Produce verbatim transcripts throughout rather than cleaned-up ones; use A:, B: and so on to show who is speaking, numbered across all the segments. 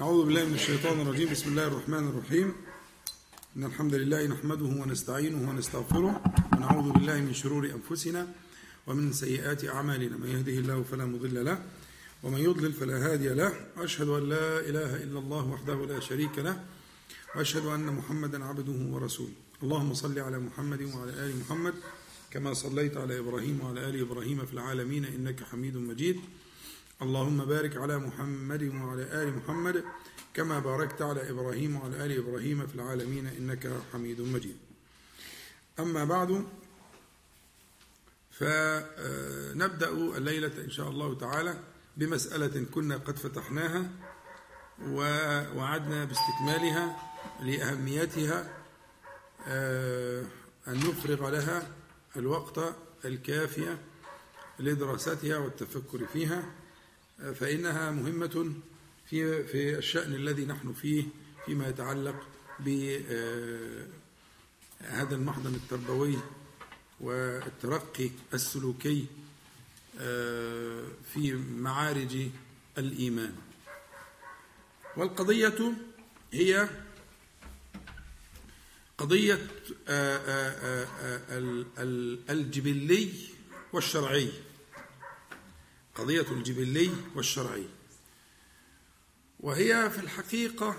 A: أعوذ بالله من الشيطان الرجيم. بسم الله الرحمن الرحيم. إن الحمد لله نحمده ونستعينه ونستغفره ونعوذ بالله من شرور أنفسنا ومن سيئات أعمالنا. من يهده الله فلا مضل له ومن يضلل فلا هادي له. وأشهد أن لا إله إلا الله وحده لا شريك له وأشهد أن محمدا عبده ورسوله. اللهم صل على محمد وعلى آل محمد كما صليت على إبراهيم وعلى آل إبراهيم في العالمين إنك حميد مجيد. اللهم بارك على محمد وعلى آل محمد كما باركت على إبراهيم وعلى آل إبراهيم في العالمين إنك حميد مجيد. أما بعد، فنبدأ الليلة إن شاء الله تعالى بمسألة كنا قد فتحناها ووعدنا باستكمالها لأهميتها، أن نفرغ لها الوقت الكافي لدراستها والتفكر فيها، فإنها مهمة في في الشأن الذي نحن فيه فيما يتعلق بهذا المحضن التربوي والترقي السلوكي في معارج الإيمان. والقضية هي قضية الجبلي والشرعي، قضية الجبلي والشرعي، وهي في الحقيقة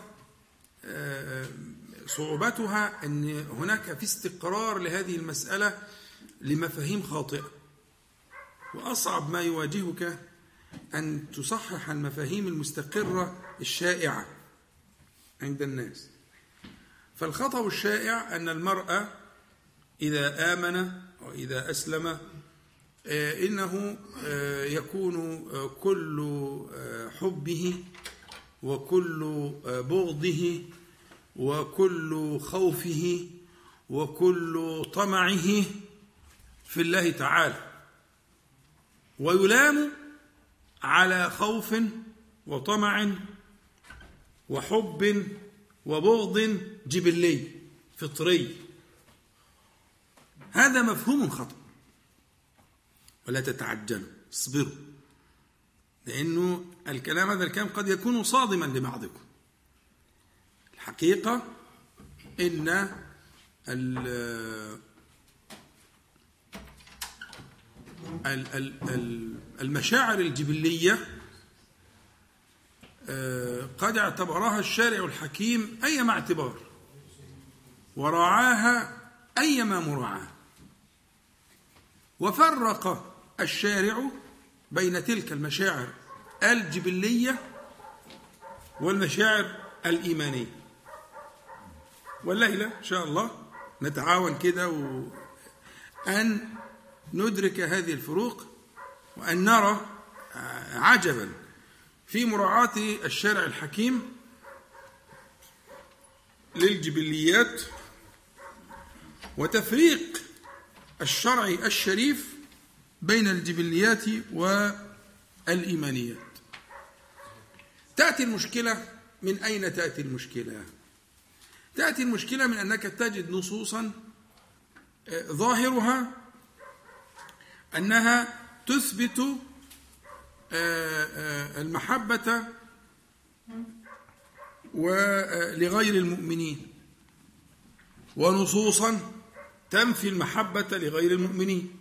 A: صعوبتها أن هناك في استقرار لهذه المسألة لمفاهيم خاطئة، وأصعب ما يواجهك أن تصحح المفاهيم المستقرة الشائعة عند الناس. فالخطأ الشائع أن المرء إذا آمن وإذا أسلم إنه يكون كل حبه وكل بغضه وكل خوفه وكل طمعه في الله تعالى، ويلام على خوف وطمع وحب وبغض جبلي فطري. هذا مفهوم خطأ، ولا تتعجلوا، اصبروا، لأنه الكلام هذا الكلام قد يكون صادما لبعضكم. الحقيقة إن المشاعر الجبلية قد اعتبرها الشارع الحكيم أيما اعتبار وراعاها أيما مراعاة، وفرق الشارع بين تلك المشاعر الجبلية والمشاعر الإيمانية. والليلة إن شاء الله نتعاون كده وأن ندرك هذه الفروق، وأن نرى عجبا في مراعاة الشارع الحكيم للجبليات وتفريق الشرع الشريف بين الجبليات والإيمانيات. تأتي المشكلة من أين تأتي المشكلة؟ تأتي المشكلة من أنك تجد نصوصا ظاهرها أنها تثبت المحبة لغير المؤمنين، ونصوصا تنفي المحبة لغير المؤمنين،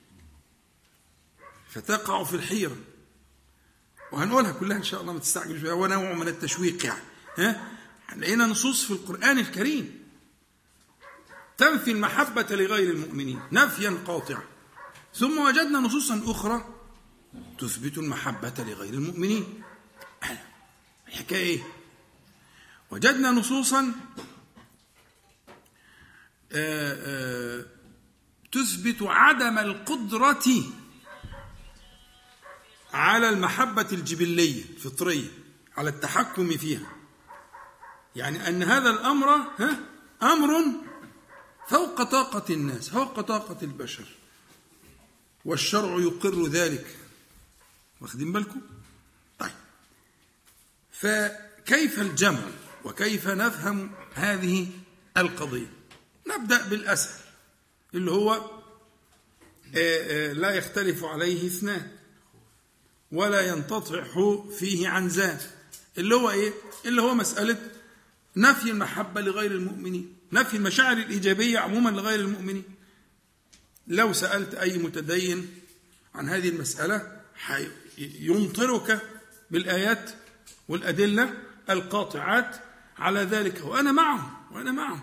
A: فتقع في الحيرة. وهنقولها كلها إن شاء الله، ما تستعجلوا شوية، ونوع من التشويق يعني. ها لقينا نصوص في القرآن الكريم تنفي المحبة لغير المؤمنين نفيا قاطعا، ثم وجدنا نصوصا أخرى تثبت المحبة لغير المؤمنين. الحكاية إيه؟ وجدنا نصوصا آآ آآ تثبت عدم القدرة على المحبة الجبلية الفطرية، على التحكم فيها، يعني أن هذا الأمر ها أمر فوق طاقة الناس، فوق طاقة البشر، والشرع يقر ذلك. واخدين بالكم؟ طيب، فكيف الجمع وكيف نفهم هذه القضية؟ نبدأ بالأسهل اللي هو لا يختلف عليه اثنان ولا ينتطح فيه عنزان، اللي هو إيه؟ اللي هو مسألة نفي المحبة لغير المؤمنين، نفي المشاعر الإيجابية عموما لغير المؤمنين. لو سألت أي متدين عن هذه المسألة يمطرك بالآيات والأدلة القاطعات على ذلك، وأنا معه وأنا معه.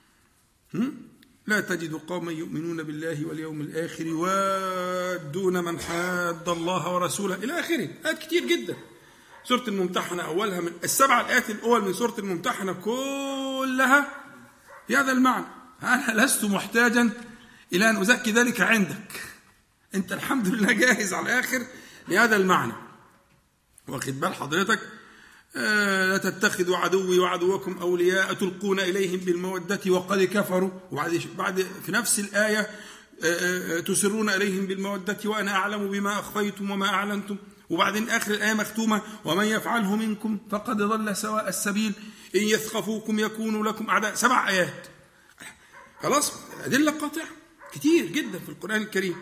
A: لا تجد قوما يؤمنون بالله واليوم الآخر يوادون من حاد الله ورسوله إلى آخره. آيات كتير جدا. سورة الممتحنة أولها من السبع الآيات الأول من سورة الممتحنة كلها في هذا المعنى. أنا لست محتاجا إلى أن أزكي ذلك عندك، أنت الحمد لله جاهز على الآخر لهذا المعنى. واخد بال حضرتك؟ آه لا تتخذوا عدوي وعدوكم أولياء تلقون إليهم بالمودة وقد كفروا. وبعد بعد في نفس الآية آه آه تسرون إليهم بالمودة وأنا أعلم بما أخفيتم وما أعلنتم. وبعدين آخر الآية مختومة ومن يفعله منكم فقد ضل سواء السبيل إن يثقفوكم يكونوا لكم أعداء. سبع آيات خلاص، أدلة قاطعة كتير جدا في القرآن الكريم.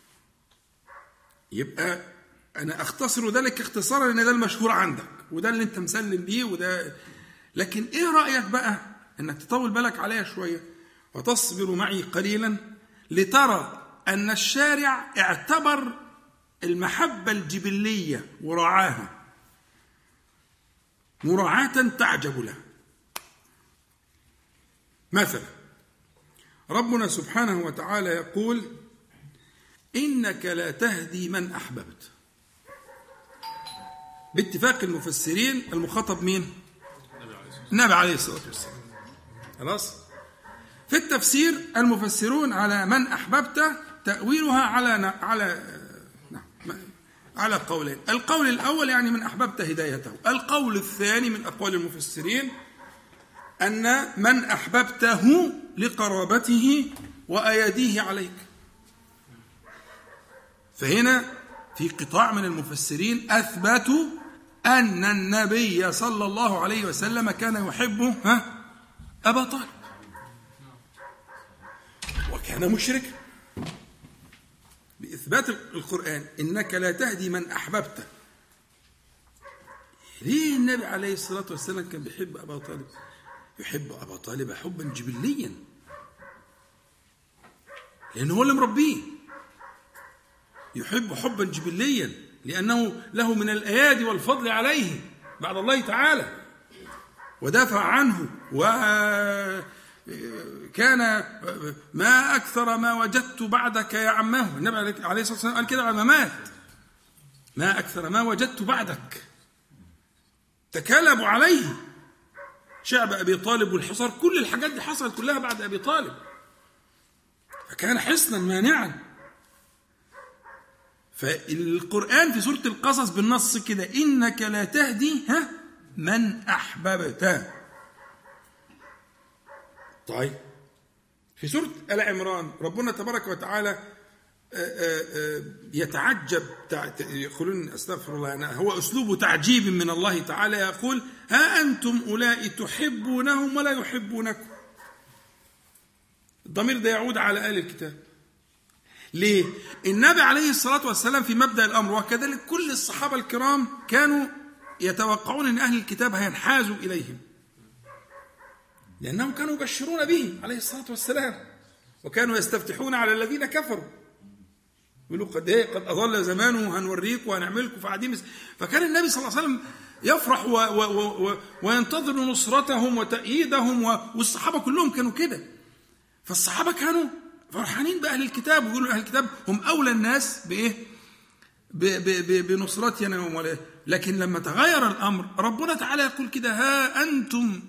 A: يبقى أنا أختصر ذلك اختصارا لأن ده المشهور عندك وده اللي أنت مسلم بيه وده. لكن إيه رأيك بقى أنك تطول بالك عليها شوية وتصبر معي قليلا لترى أن الشارع اعتبر المحبة الجبلية وراعاها مراعاة تعجب لها. مثلا ربنا سبحانه وتعالى يقول إنك لا تهدي من أحببت. باتفاق المفسرين المخاطب مين؟ النبي عليه الصلاة والسلام. خلاص. في التفسير المفسرون على من أحببت تأويلها على على على قولين. القول الأول يعني من أحببت هدايته. القول الثاني من أقوال المفسرين أن من أحببته لقرابته وأيديه عليك. فهنا في قطاع من المفسرين أثبتوا أن النبي صلى الله عليه وسلم كان يحبه ها أبا طالب وكان مشركا بإثبات القرآن إنك لا تهدي من أحببته. ليه النبي عليه الصلاة والسلام كان بيحب أبا طالب؟ يحب أبا طالب حبا جبليا لأنه هو اللي مربيه. يحب حبا جبليا لأنه له من الأيادي والفضل عليه بعد الله تعالى ودافع عنه. وكان ما أكثر ما وجدت بعدك يا عماه. النبي عليه الصلاة والسلام قال كده على ما مات ما أكثر ما وجدت بعدك. تكالبوا عليه شعب أبي طالب والحصار، كل الحاجات دي حصلت كلها بعد أبي طالب، فكان حصنا مانعا. فالقرآن في سورة القصص بالنص كده إنك لا تهدي ها من أحببت. طيب في سورة آل عمران ربنا تبارك وتعالى يتعجب، يقولون استغفر الله، هو أسلوب تعجيب من الله تعالى، يقول ها أنتم أولئك تحبونهم ولا يحبونكم. الضمير ده يعود على آل الكتاب. ليه؟ النبي عليه الصلاة والسلام في مبدأ الأمر وكذلك كل الصحابة الكرام كانوا يتوقعون أن أهل الكتاب هينحازوا إليهم لأنهم كانوا يبشرون به عليه الصلاة والسلام وكانوا يستفتحون على الذين كفروا يقولوا قد ايه قد أضل زمانه هنوريك وهنعملكم فعديم. فكان النبي صلى الله عليه وسلم يفرح و و و وينتظر نصرتهم وتأييدهم، والصحابة كلهم كانوا كده. فالصحابة كانوا فرحانين بأهل الكتاب ويقولوا أهل الكتاب هم أولى الناس بإيه بنصرتنا. لكن لما تغير الأمر ربنا تعالى يقول كده ها أنتم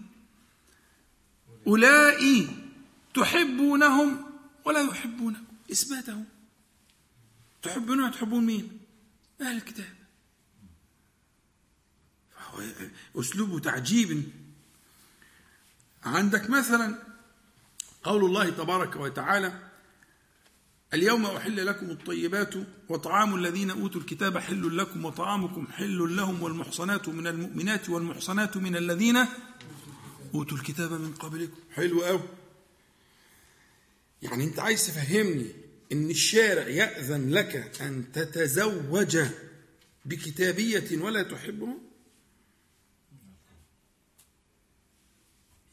A: أولئك تحبونهم ولا يحبونكم. إثباتهم تحبونهم تحبون مين؟ أهل الكتاب. فهو أسلوب تعجيب. عندك مثلا قول الله تبارك وتعالى اليوم أحل لكم الطيبات وطعام الذين أوتوا الكتاب حل لكم وطعامكم حل لهم والمحصنات من المؤمنات والمحصنات من الذين أوتوا الكتاب من قبلكم. حلو قوي. يعني أنت عايز تفهمني إن الشارع يأذن لك أن تتزوج بكتابية ولا تحبه؟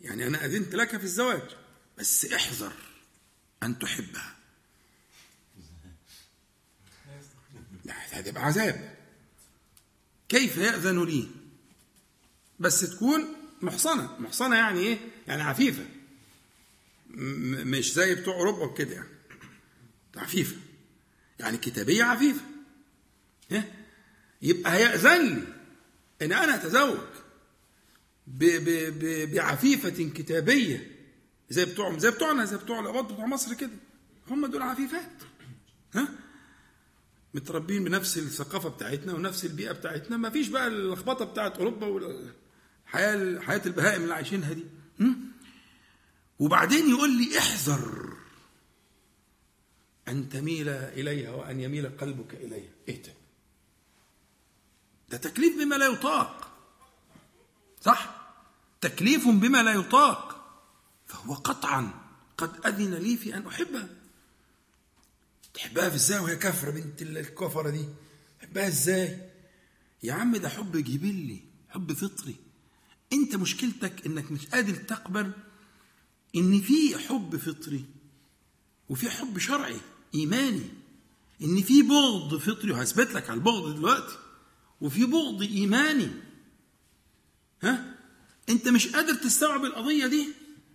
A: يعني أنا أذنت لك في الزواج بس احذر أن تحبها، هتبقى عذاب. كيف يأذن لي؟ بس تكون محصنة. محصنة يعني إيه؟ يعني عفيفة، مش زي بتوع أوروبا كده، يعني عفيفة، يعني كتابية عفيفة. يبقى هيأذن لي إن أنا أتزوج بعفيفة كتابية زي بتوعهم، زي بتوعنا، زي بتوع الأباط بتوع مصر كده. هم دول عفيفات، ها، متربين بنفس الثقافة بتاعتنا ونفس البيئة بتاعتنا، ما فيش بقى اللخبطة بتاعت أوروبا والحياة حياة البهائم اللي عايشينها دي. وبعدين يقول لي احذر أن تميل إليها وأن يميل قلبك إليها. إيه ده؟ ده تكليف بما لا يطاق، صح؟ تكليف بما لا يطاق، فهو قطعا قد أذن لي في أن أحبها. تحبها في ازاي وهي كافرة بنت الكفرة دي؟ تحبها ازاي يا عم؟ ده حب جبلي، حب فطري. انت مشكلتك انك مش قادر تقبل ان في حب فطري وفي حب شرعي ايماني، ان في بغض فطري، وهثبت لك على البغض دلوقتي، وفي بغض ايماني. ها، انت مش قادر تستوعب القضية دي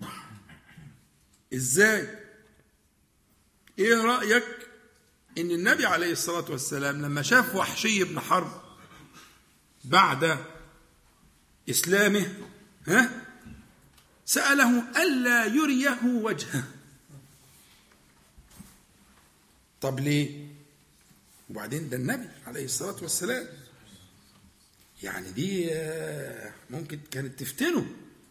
A: ازاي؟ ايه رأيك ان النبي عليه الصلاة والسلام لما شاف وحشي بن حرب بعد اسلامه، ها، سأله ألا يريه وجهه. طب ليه؟ وبعدين ده النبي عليه الصلاة والسلام، يعني دي ممكن كانت تفتنه،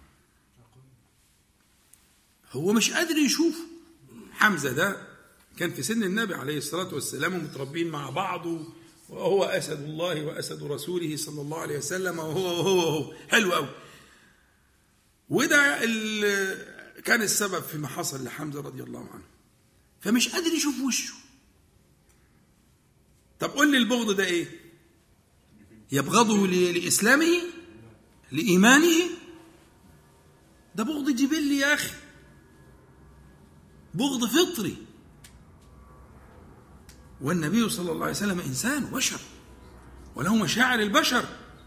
A: هو مش قادر يشوف. حمزة ده كان في سن النبي عليه الصلاة والسلام ومتربين مع بعض، وهو أسد الله وأسد رسوله صلى الله عليه وسلم، وهو وهو وهو حلو قوي. وده كان السبب فيما حصل لحمزة رضي الله عنه، فمش قادر يشوف وشه. طب قل لي البغض ده ايه؟ يبغضه لإسلامه، لإيمانه؟ ده بغض جبلي يا أخي، بغض فطري. والنبي صلى الله عليه وسلم إنسان بشر وله مشاعر البشر،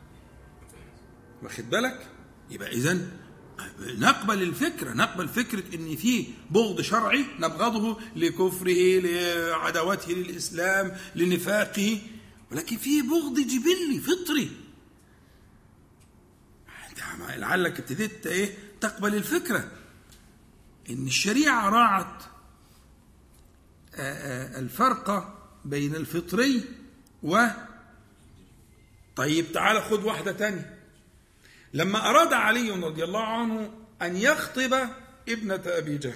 A: واخد بالك؟ يبقى إذن نقبل الفكرة، نقبل فكرة إن فيه بغض شرعي نبغضه لكفره، لعداوته للإسلام، لنفاقه، ولكن فيه بغض جبلي فطري. لعلك ابتديت ايه تقبل الفكرة إن الشريعة راعت الفرق بين الفطري و طيب تعال خد واحدة تانية. لما أراد علي رضي الله عنه أن يخطب ابنة أبي جهل،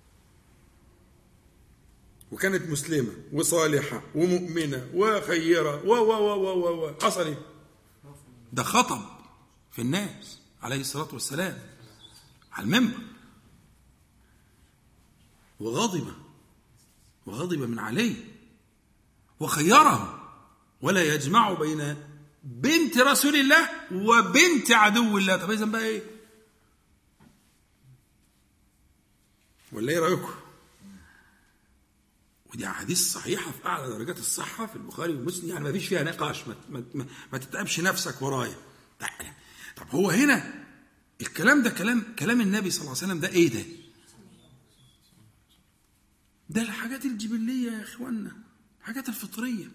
A: وكانت مسلمة وصالحة ومؤمنة وخيرة و و و و و حصل ايه؟ ده خطب في الناس عليه الصلاة والسلام على المنبر، وغضب وغضب من علي وخيره، ولا يجمع بين بنت رسول الله وبنت عدو الله. طب إذن بقى ايه؟ ولا ايه رأيكم؟ ودي حديث صحيحة في أعلى درجات الصحة في البخاري ومسلم، يعني ما فيش فيها نقاش، ما, ما, ما, ما تتعبش نفسك ورايا. طب هو هنا الكلام ده كلام كلام النبي صلى الله عليه وسلم، ده ايه ده؟ ده الحاجات الجبلية يا اخوانا، الحاجات الفطرية.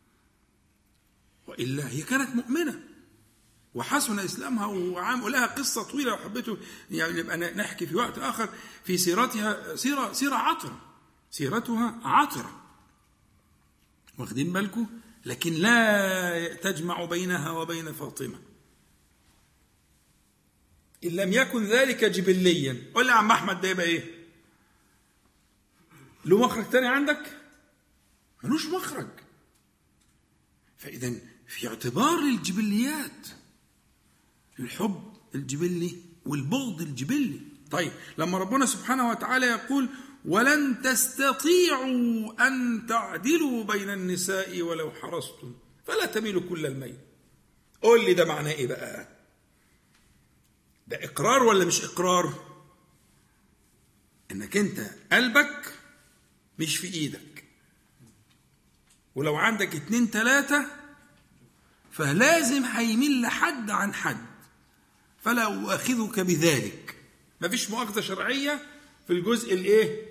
A: وإلا هي كانت مؤمنة وحسن إسلامها وعام، ولها قصة طويلة لو حبيتوا يعني نبقى نحكي في وقت آخر في سيرتها، سيرة سيرة عطرة، سيرتها عطرة، واخدين بالكم؟ لكن لا تجمع بينها وبين فاطمة إن لم يكن ذلك جبليا. قل لي يا عم أحمد ده يبقى إيه؟ له مخرج تاني عندك؟ ملوش مخرج. فإذا في اعتبار الجبليات، الحب الجبلي والبغض الجبلي. طيب لما ربنا سبحانه وتعالى يقول ولن تستطيعوا أن تعدلوا بين النساء ولو حرصتم فلا تميلوا كل الميل، قول لي ده معناه إيه بقى؟ ده إقرار ولا مش إقرار؟ انك انت قلبك مش في ايدك، ولو عندك اتنين تلاتة فلازم هيميل لحد عن حد، فلا أؤاخذك بذلك. مفيش مؤاخذة شرعية في الجزء الايه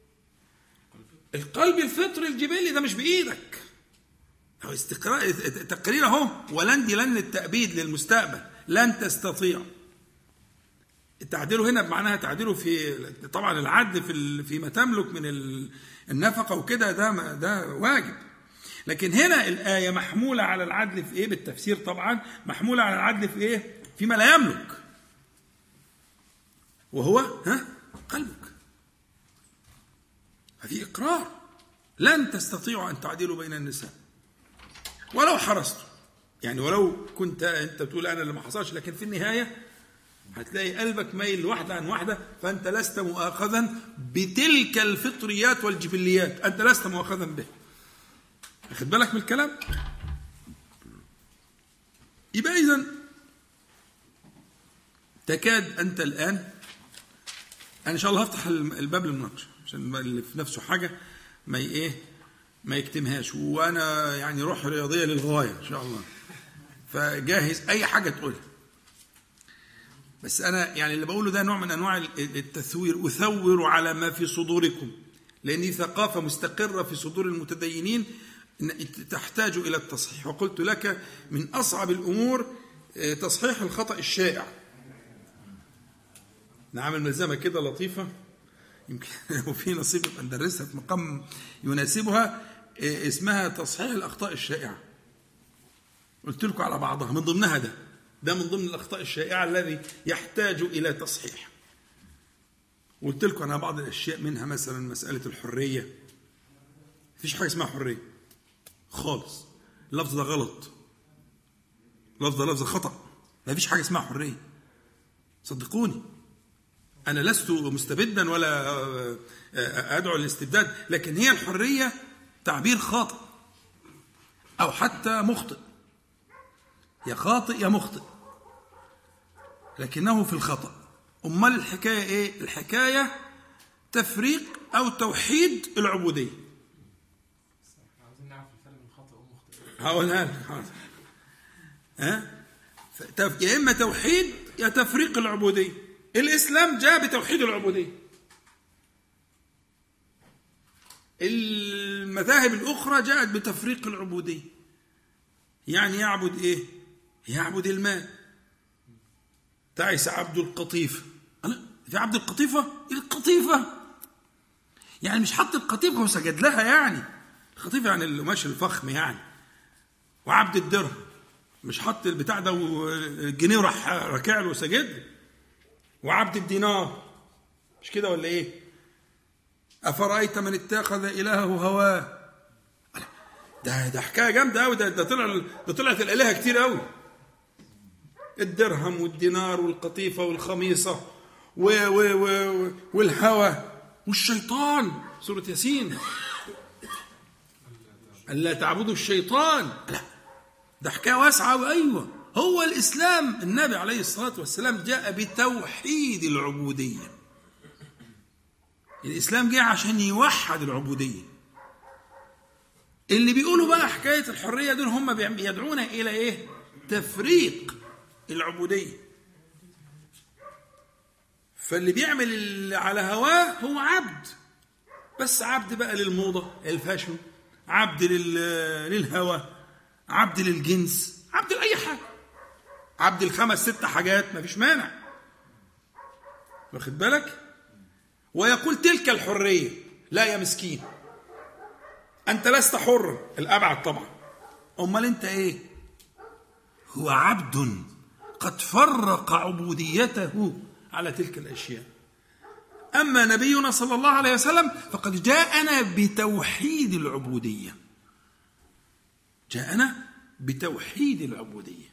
A: القلب الفطري الجبلي، ده مش بإيدك. هو استقراء تقرير اهو، ولن دي لن التأبيد للمستقبل، لن تستطيع. التعديل هنا بمعناها تعديله في طبعا العدل في فيما تملك من النفقة وكده، ده ده واجب. لكن هنا الآية محمولة على العدل في ايه بالتفسير، طبعا محمولة على العدل في ايه فيما لا يملك، وهو ها قلبك. هذه إقرار، لن تستطيعوا أن تعدلوا بين النساء ولو حرصتوا. يعني ولو كنت أنت بتقول أنا اللي ما حصلش، لكن في النهاية هتلاقي قلبك ميل لواحدة عن واحدة، فأنت لست مؤاخذا بتلك الفطريات والجبليات، أنت لست مؤاخذا به. أخذ بالك من الكلام؟ يبقى إذن تكاد أنت الآن، أنا إن شاء الله هفتح الباب للمناقشة عشان اللي في نفسه حاجة ما إيه ما يكتمهاش، وأنا يعني روح رياضية للغاية إن شاء الله، فجاهز أي حاجة تقولها. بس أنا يعني اللي بقوله ده نوع من أنواع التثوير، أثور على ما في صدوركم، لأن دي ثقافة مستقرة في صدور المتدينين تحتاج إلى التصحيح. وقلت لك من أصعب الأمور تصحيح الخطأ الشائع. نعمل ملزمة كده لطيفة يمكن وفي نصيب أن ندرسها في مقام يناسبها، اسمها تصحيح الأخطاء الشائعة. قلت لكم على بعضها، من ضمنها ده ده من ضمن الأخطاء الشائعة الذي يحتاج إلى تصحيح. قلت لكم أنا بعض الأشياء منها مثلا مسألة الحرية، مفيش حاجة اسمها حرية خالص، اللفظ ده غلط، لفظ ده لفظ خطأ، مفيش حاجة اسمها حرية صدقوني. أنا لست مستبدا ولا أدعو للاستبداد، لكن هي الحرية تعبير خاطئ أو حتى مخطئ، يا خاطئ يا مخطئ، لكنه في الخطأ. أمال الحكاية إيه؟ الحكاية تفريق أو توحيد العبودية.
B: عاوزين نعرف الفرق بين خاطئ ومخطئ.
A: هقولها لك حاضر. ها؟ يا إما توحيد يا تفريق العبودية. الإسلام جاء بتوحيد العبودية. المذاهب الأخرى جاءت بتفريق العبودية. يعني يعبد إيه؟ يعبد المال. تعس عبد القطيفة. في عبد القطيفة؟ القطيفة يعني مش حط القطيفة وسجد لها، يعني القطيفة يعني القماش الفخم يعني. وعبد الدرهم مش حط البتاع ده والجنيه راح ركع له وسجد. وعبد الدينار مش كده ولا ايه؟ أفرأيت من اتخذ إلهه هواه. ده ده حكاية جامدة قوي، ده ده طلع ده طلعت الآلهة كتير قوي. الدرهم والدينار والقطيفة والخميصة و و و والهوى والشيطان، سورة ياسين ألا تعبدوا الشيطان. لا ده حكاية واسعة. أيوة هو الإسلام، النبي عليه الصلاة والسلام جاء بتوحيد العبودية. الإسلام جاء عشان يوحد العبودية. اللي بيقولوا بقى حكاية الحرية دول هم يدعون إلى إيه؟ تفريق العبودية. فاللي بيعمل على هواه هو عبد، بس عبد بقى للموضة الفاشن، عبد للهوى، عبد للجنس، عبد لأي حاجة، عبد الخمس ست حاجات ما فيش مانع، واخد بالك؟ ويقول تلك الحرية. لا يا مسكين، أنت لست حر الأبعد طبعا. أمال أنت إيه؟ هو عبد قد فرق عبوديته على تلك الأشياء. أما نبينا صلى الله عليه وسلم فقد جاءنا بتوحيد العبودية، جاءنا بتوحيد العبودية.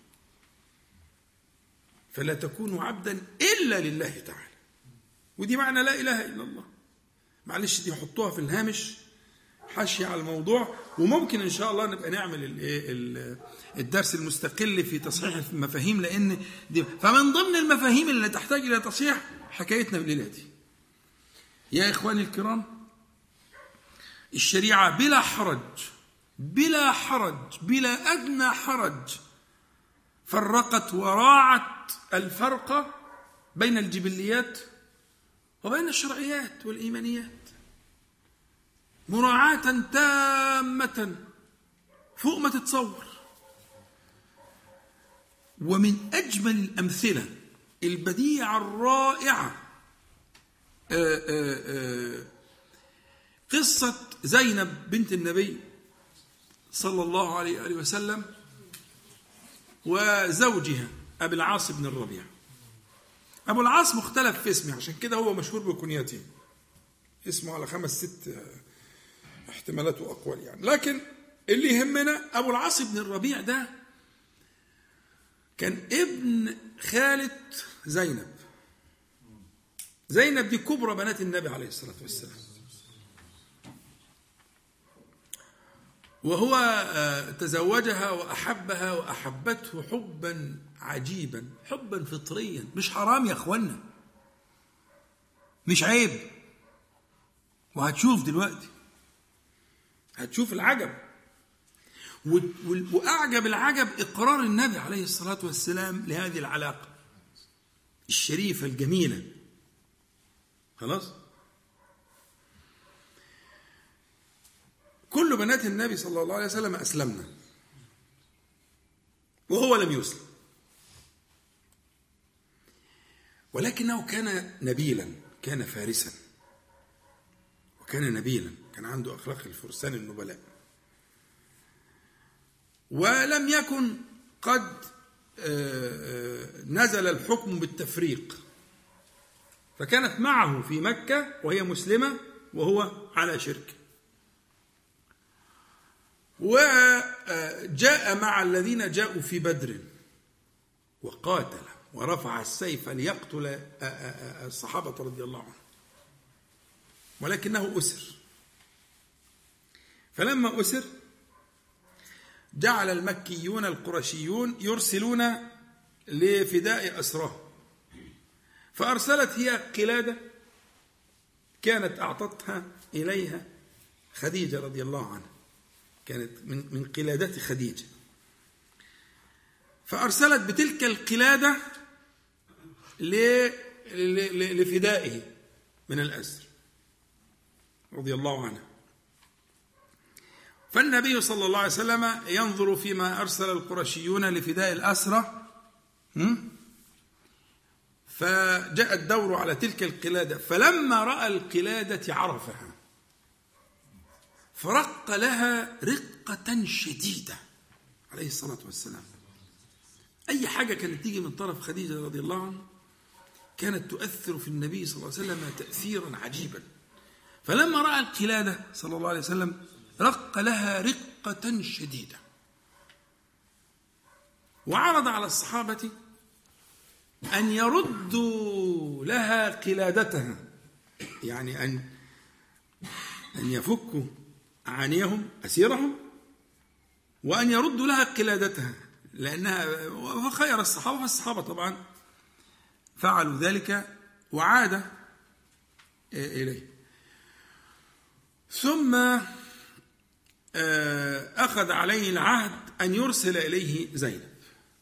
A: فلا تكونوا عبدا إلا لله تعالى. ودي معنى لا إله إلا الله. معلش دي حطوها في الهامش حاشية على الموضوع، وممكن إن شاء الله نبقى نعمل الدرس المستقل في تصحيح المفاهيم، لأن دي فمن ضمن المفاهيم اللي تحتاج إلى تصحيح حكايتنا بالليلة دي. يا إخواني الكرام، الشريعة بلا حرج بلا حرج بلا أدنى حرج فرقت وراعت الفرق بين الجبليات وبين الشرعيات والإيمانيات مراعاة تامة فوق ما تتصور. ومن أجمل الأمثلة البديعة الرائعة آآ آآ قصة زينب بنت النبي صلى الله عليه وآله وسلم وزوجها أبي العاص بن الربيع. أبو العاص مختلف في اسمه، عشان كده هو مشهور بكنيته، اسمه على خمس ست احتمالات وأقوال يعني. لكن اللي يهمنا أبو العاص بن الربيع ده كان ابن خالة زينب. زينب دي كبرى بنات النبي عليه الصلاة والسلام، وهو تزوجها وأحبها وأحبته حبا عجيبا، حبا فطريا، مش حرام يا أخوانا، مش عيب. وهتشوف دلوقتي، هتشوف العجب، وأعجب العجب إقرار النبي عليه الصلاة والسلام لهذه العلاقة الشريفة الجميلة. خلاص، كل بنات النبي صلى الله عليه وسلم أسلمنا وهو لم يسلم، ولكنه كان نبيلا، كان فارسا، وكان نبيلا، كان عنده أخلاق الفرسان النبلاء، ولم يكن قد نزل الحكم بالتفريق، فكانت معه في مكة وهي مسلمة وهو على شرك، وجاء مع الذين جاءوا في بدر وقاتل ورفع السيف ليقتل الصحابة رضي الله عنهم، ولكنه أسر. فلما أسر جعل المكيون القرشيون يرسلون لفداء أسراه، فأرسلت هي قلادة كانت أعطتها إليها خديجة رضي الله عنها، كانت من من قلادات خديجة، فأرسلت بتلك القلادة لفدائه من الأسر رضي الله عنه. فالنبي صلى الله عليه وسلم ينظر فيما أرسل القرشيون لفداء الأسرى، فجاء الدور على تلك القلادة، فلما رأى القلادة عرفها فرق لها رقة شديدة عليه الصلاة والسلام. أي حاجة كانت تيجي من طرف خديجة رضي الله عنها كانت تؤثر في النبي صلى الله عليه وسلم تأثيرا عجيبا. فلما رأى القلادة صلى الله عليه وسلم رق لها رقة شديدة، وعرض على الصحابة أن يردوا لها قلادتها، يعني أن أن يفكوا عانيهم أسيرهم وأن يردوا لها قلادتها، لأنها خير الصحابة، فالصحابة طبعا فعلوا ذلك وعاد إليه. ثم أخذ عليه العهد أن يرسل إليه زينب،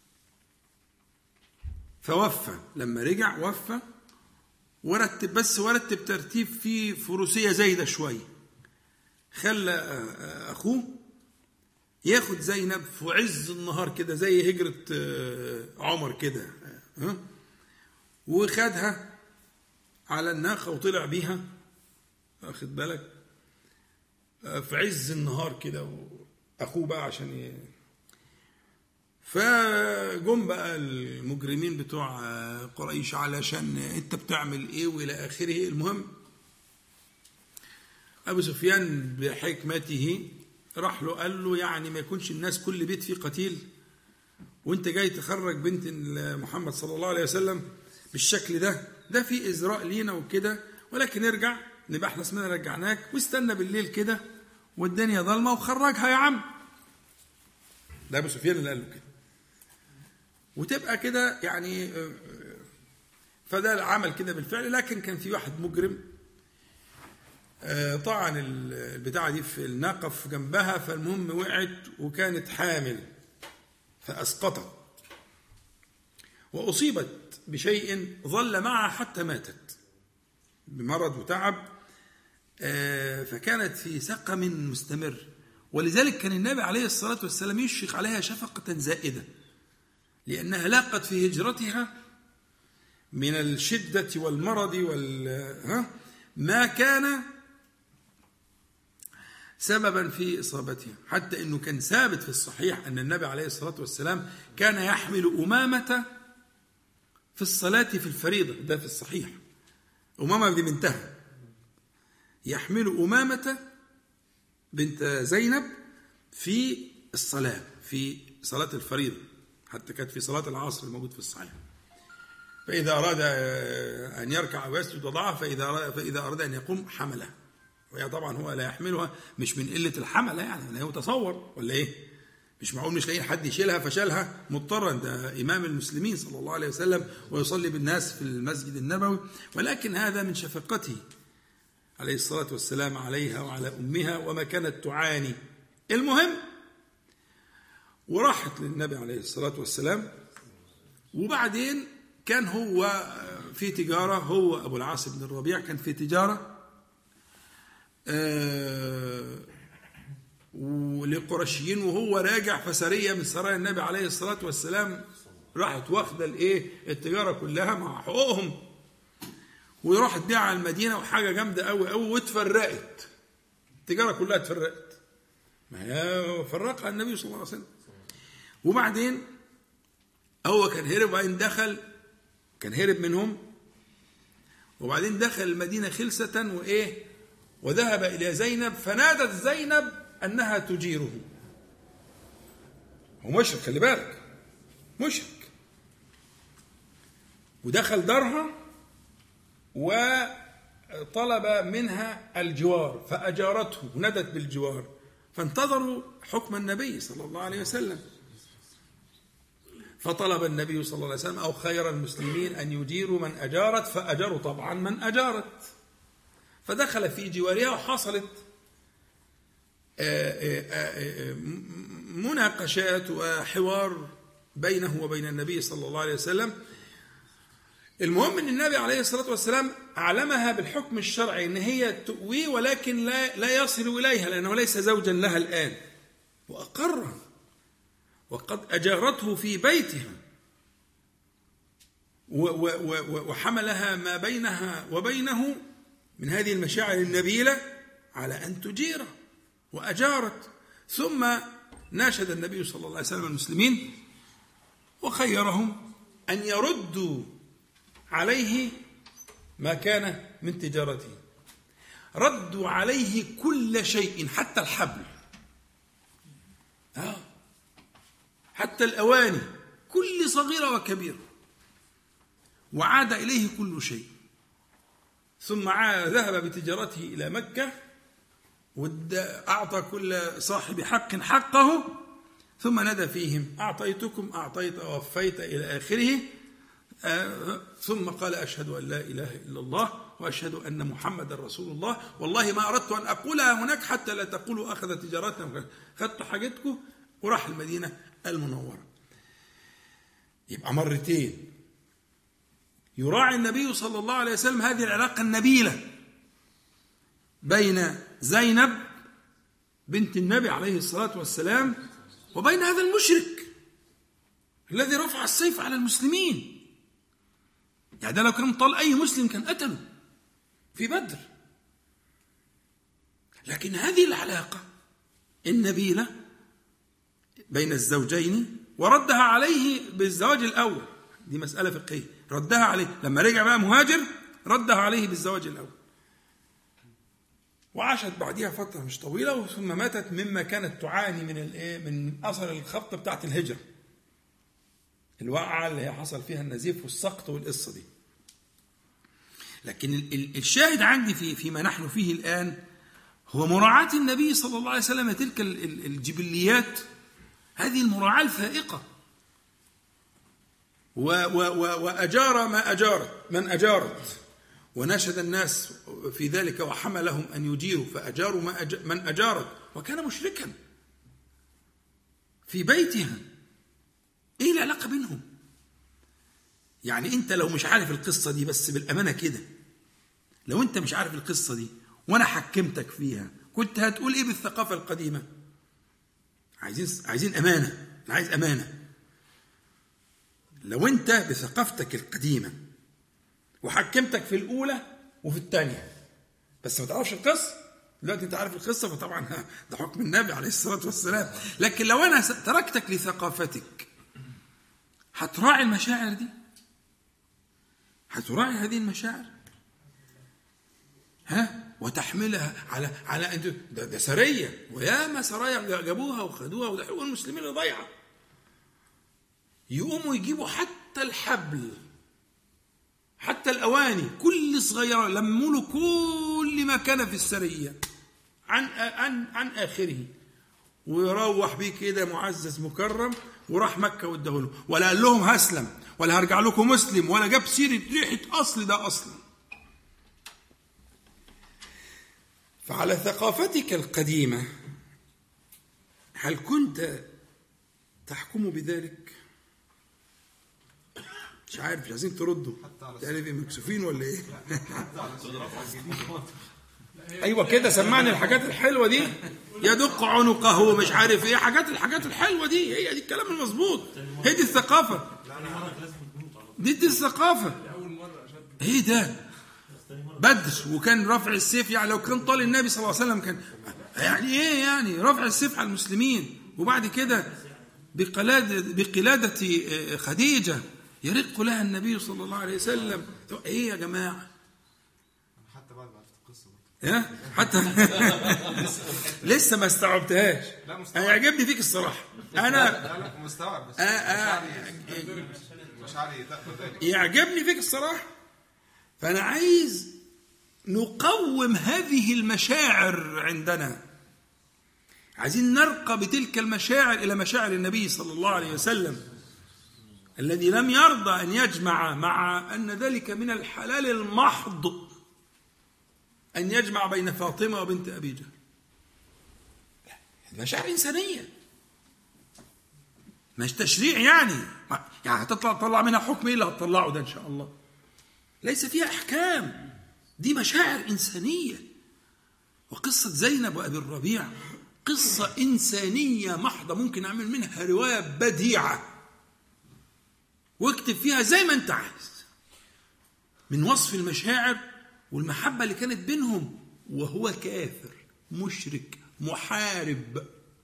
A: فوفى. لما رجع وفى ورتب، بس ورتب ترتيب في فروسية زايدة شوية، خلى أخوه ياخد زينب في عز النهار كده زي هجرة عمر كده، وخدها على الناقة وطلع بيها، واخد بالك، في عز النهار كده، أخوه بقى عشان ي... فجم بقى المجرمين بتوع قريش علشان انت بتعمل ايه والى اخره. المهم ابو سفيان بحكمته راح له قال له يعني ما يكونش الناس كل بيت فيه قتيل وانت جاي تخرج بنت محمد صلى الله عليه وسلم بالشكل ده، ده في ازراء لينا وكده، ولكن ارجع نبقى احنا اسمنا رجعناك، واستنى بالليل كده والدنيا ظلمه وخرجها يا عم. ده ابو سفيان اللي قال له كده، وتبقى كده يعني. فده عمل كده بالفعل، لكن كان في واحد مجرم طعن البتاعة دي في الناقة في جنبها، فالمهم وقعت وكانت حامل فأسقطت وأصيبت بشيء ظل معها حتى ماتت بمرض وتعب، فكانت في سقم مستمر. ولذلك كان النبي عليه الصلاة والسلام يشفق عليها شفقة زائدة، لأنها لاقت في هجرتها من الشدة والمرض وال ما كان سببا في إصابتها، حتى أنه كان ثابت في الصحيح أن النبي عليه الصلاة والسلام كان يحمل أمامة في الصلاة في الفريضة، ده في الصحيح، أمامة دي بنتها، يحمل أمامة بنت زينب في الصلاة في صلاة الفريضة، حتى كانت في صلاة العصر الموجود في الصحيح. فإذا أراد أن يركع ويسجد وضعها، فإذا فإذا أراد أن يقوم حملها، وهي طبعا هو لا يحملها مش من قلة الحملة يعني، لا يتصور ولا إيه؟ مش معقول مش لاقيين حد يشيلها فشالها مضطرا، ده إمام المسلمين صلى الله عليه وسلم ويصلي بالناس في المسجد النبوي، ولكن هذا من شفقته عليه الصلاة والسلام عليها وعلى أمها وما كانت تعاني. المهم وراحت للنبي عليه الصلاة والسلام، وبعدين كان هو في تجارة، هو أبو العاص بن الربيع كان في تجارة آه ولقرشيين، وهو راجع فسرية من سرايا النبي عليه الصلاة والسلام راحت واخدة الايه التجارة كلها مع حقوقهم، وراحت بيها على المدينة، وحاجة جامدة قوي قوي، واتفرقت التجارة كلها اتفرقت، ما هي فرقها النبي صلى الله عليه وسلم. وبعدين هو كان هرب، وبعدين دخل كان هرب منهم، وبعدين دخل المدينة خلسة وإيه وذهب إلى زينب، فنادت زينب أنها تجيره. هو مشرك، خلي بالك مشرك، ودخل دارها وطلب منها الجوار فأجارته وندت بالجوار، فانتظروا حكم النبي صلى الله عليه وسلم. فطلب النبي صلى الله عليه وسلم أو خير المسلمين أن يجيروا من أجارت، فأجروا طبعا من أجارت، فدخل في جوارها، وحصلت مناقشات وحوار بينه وبين النبي صلى الله عليه وسلم. المهم أن النبي عليه الصلاة والسلام علمها بالحكم الشرعي أن هي تؤوي، ولكن لا, لا يصل إليها لأنه ليس زوجا لها الآن، وأقرها وقد أجارته في بيتها وحملها ما بينها وبينه من هذه المشاعر النبيلة على أن تجيره، وأجارت. ثم ناشد النبي صلى الله عليه وسلم المسلمين وخيرهم أن يردوا عليه ما كان من تجارته، ردوا عليه كل شيء حتى الحبل، آه حتى الأواني، كل صغيرة وكبيرة، وعاد إليه كل شيء. ثم ذهب بتجارته إلى مكة وأعطى كل صاحب حق حقه، ثم نادى فيهم أعطيتكم أعطيت ووفيت إلى آخره، آه ثم قال أشهد أن لا إله إلا الله وأشهد أن محمد رسول الله، والله ما أردت أن أقولها هناك حتى لا تقولوا أخذ تجارتنا، خدت حاجتكم وراح المدينة المنورة. يبقى مرتين يراعي النبي صلى الله عليه وسلم هذه العلاقة النبيلة بين زينب بنت النبي عليه الصلاة والسلام وبين هذا المشرك الذي رفع السيف على المسلمين. يعني ده لو كان طال أي مسلم كان قتله في بدر، لكن هذه العلاقة النبيلة بين الزوجين وردها عليه بالزواج الأول، دي مسألة فقهية، ردها عليه لما رجع بقى مهاجر، ردها عليه بالزواج الأول، وعاشت بعدها فترة مش طويلة، ثم ماتت مما كانت تعاني من الايه من أثر الخبطة بتاعت الهجرة، الوقعة اللي هي حصل فيها النزيف والسقط والقصة دي. لكن الشاهد عندي في فيما نحن فيه الآن هو مراعاة النبي صلى الله عليه وسلم تلك الجبليات، هذه المراعاة الفائقة، وأجار ما أجارت من أجارت، وناشد الناس في ذلك وحملهم أن يجيروا فأجاروا من أجارت، وكان مشركا في بيتها. إيه العلاقة بينهم؟ يعني أنت لو مش عارف القصة دي، بس بالأمانة كده، لو أنت مش عارف القصة دي وأنا حكمتك فيها، كنت هتقول إيه بالثقافة القديمة؟ عايزين عايزين أمانة، أنا عايز أمانة. لو أنت بثقافتك القديمة وحكمتك في الأولى وفي الثانية بس ما تعرفش القصة، دلوقتي أنت عارف القصة فطبعا ده حكم النبي عليه الصلاة والسلام. لكن لو أنا تركتك لثقافتك، هتراعي المشاعر دي؟ هتراعي هذه المشاعر؟ ها؟ وتحملها على على أنت ده, ده سرية، وياما سرايا جابوها وخدوها، وده المسلمين اللي ضيعوا. يقوموا يجيبوا حتى الحبل، حتى الأواني كل صغيرة، لموا له كل ما كان في السرية عن عن عن آخره، ويروح بيه كده معزز مكرم، وراح مكة واداه له، ولا قال لهم هسلم ولا هرجع لكم مسلم، ولا جاب سيرة ريحة أصل ده أصلا. فعلى ثقافتك القديمة هل كنت تحكم بذلك؟ مش عارف، مش عايزين تردوا، تعرف ايه، مكسوفين ولا ايه؟ ايوه كده، سمعني الحاجات الحلوه دي، يدق عنقه ومش عارف ايه، حاجات الحاجات الحلوه دي، هي دي الكلام المظبوط، هي دي الثقافه، دي دي الثقافه. ايه ده بدر وكان رفع السيف، يعني لو كان طال النبي صلى الله عليه وسلم كان يعني ايه، يعني رفع السيف على المسلمين، وبعد كده بقلادة بقلادة خديجة يرق لها النبي صلى الله عليه وسلم. ايه يا جماعه؟
C: حتى بعد ما عرفت القصه
A: يا حتى لسه ما استوعبتهاش. انا يعجبني فيك الصراحه، انا
C: لا لا مستوعب، بس مشاعري تاخد ذلك،
A: يعجبني فيك الصراحه. فانا عايز نقوم هذه المشاعر عندنا، عايزين نرقى بتلك المشاعر الى مشاعر النبي صلى الله عليه وسلم الذي لم يرضى أن يجمع، مع أن ذلك من الحلال المحض أن يجمع بين فاطمة وبنت أبي جهل. مشاعر إنسانية، مش تشريع يعني يعني هتطلع تطلع منها حكم إيه اللي هتطلعه ده إن شاء الله، ليس فيها أحكام، دي مشاعر إنسانية. وقصة زينب وأبي الربيع قصة إنسانية محضة، ممكن أعمل منها رواية بديعة واكتب فيها زي ما انت عايز من وصف المشاعر والمحبة اللي كانت بينهم، وهو كافر مشرك محارب،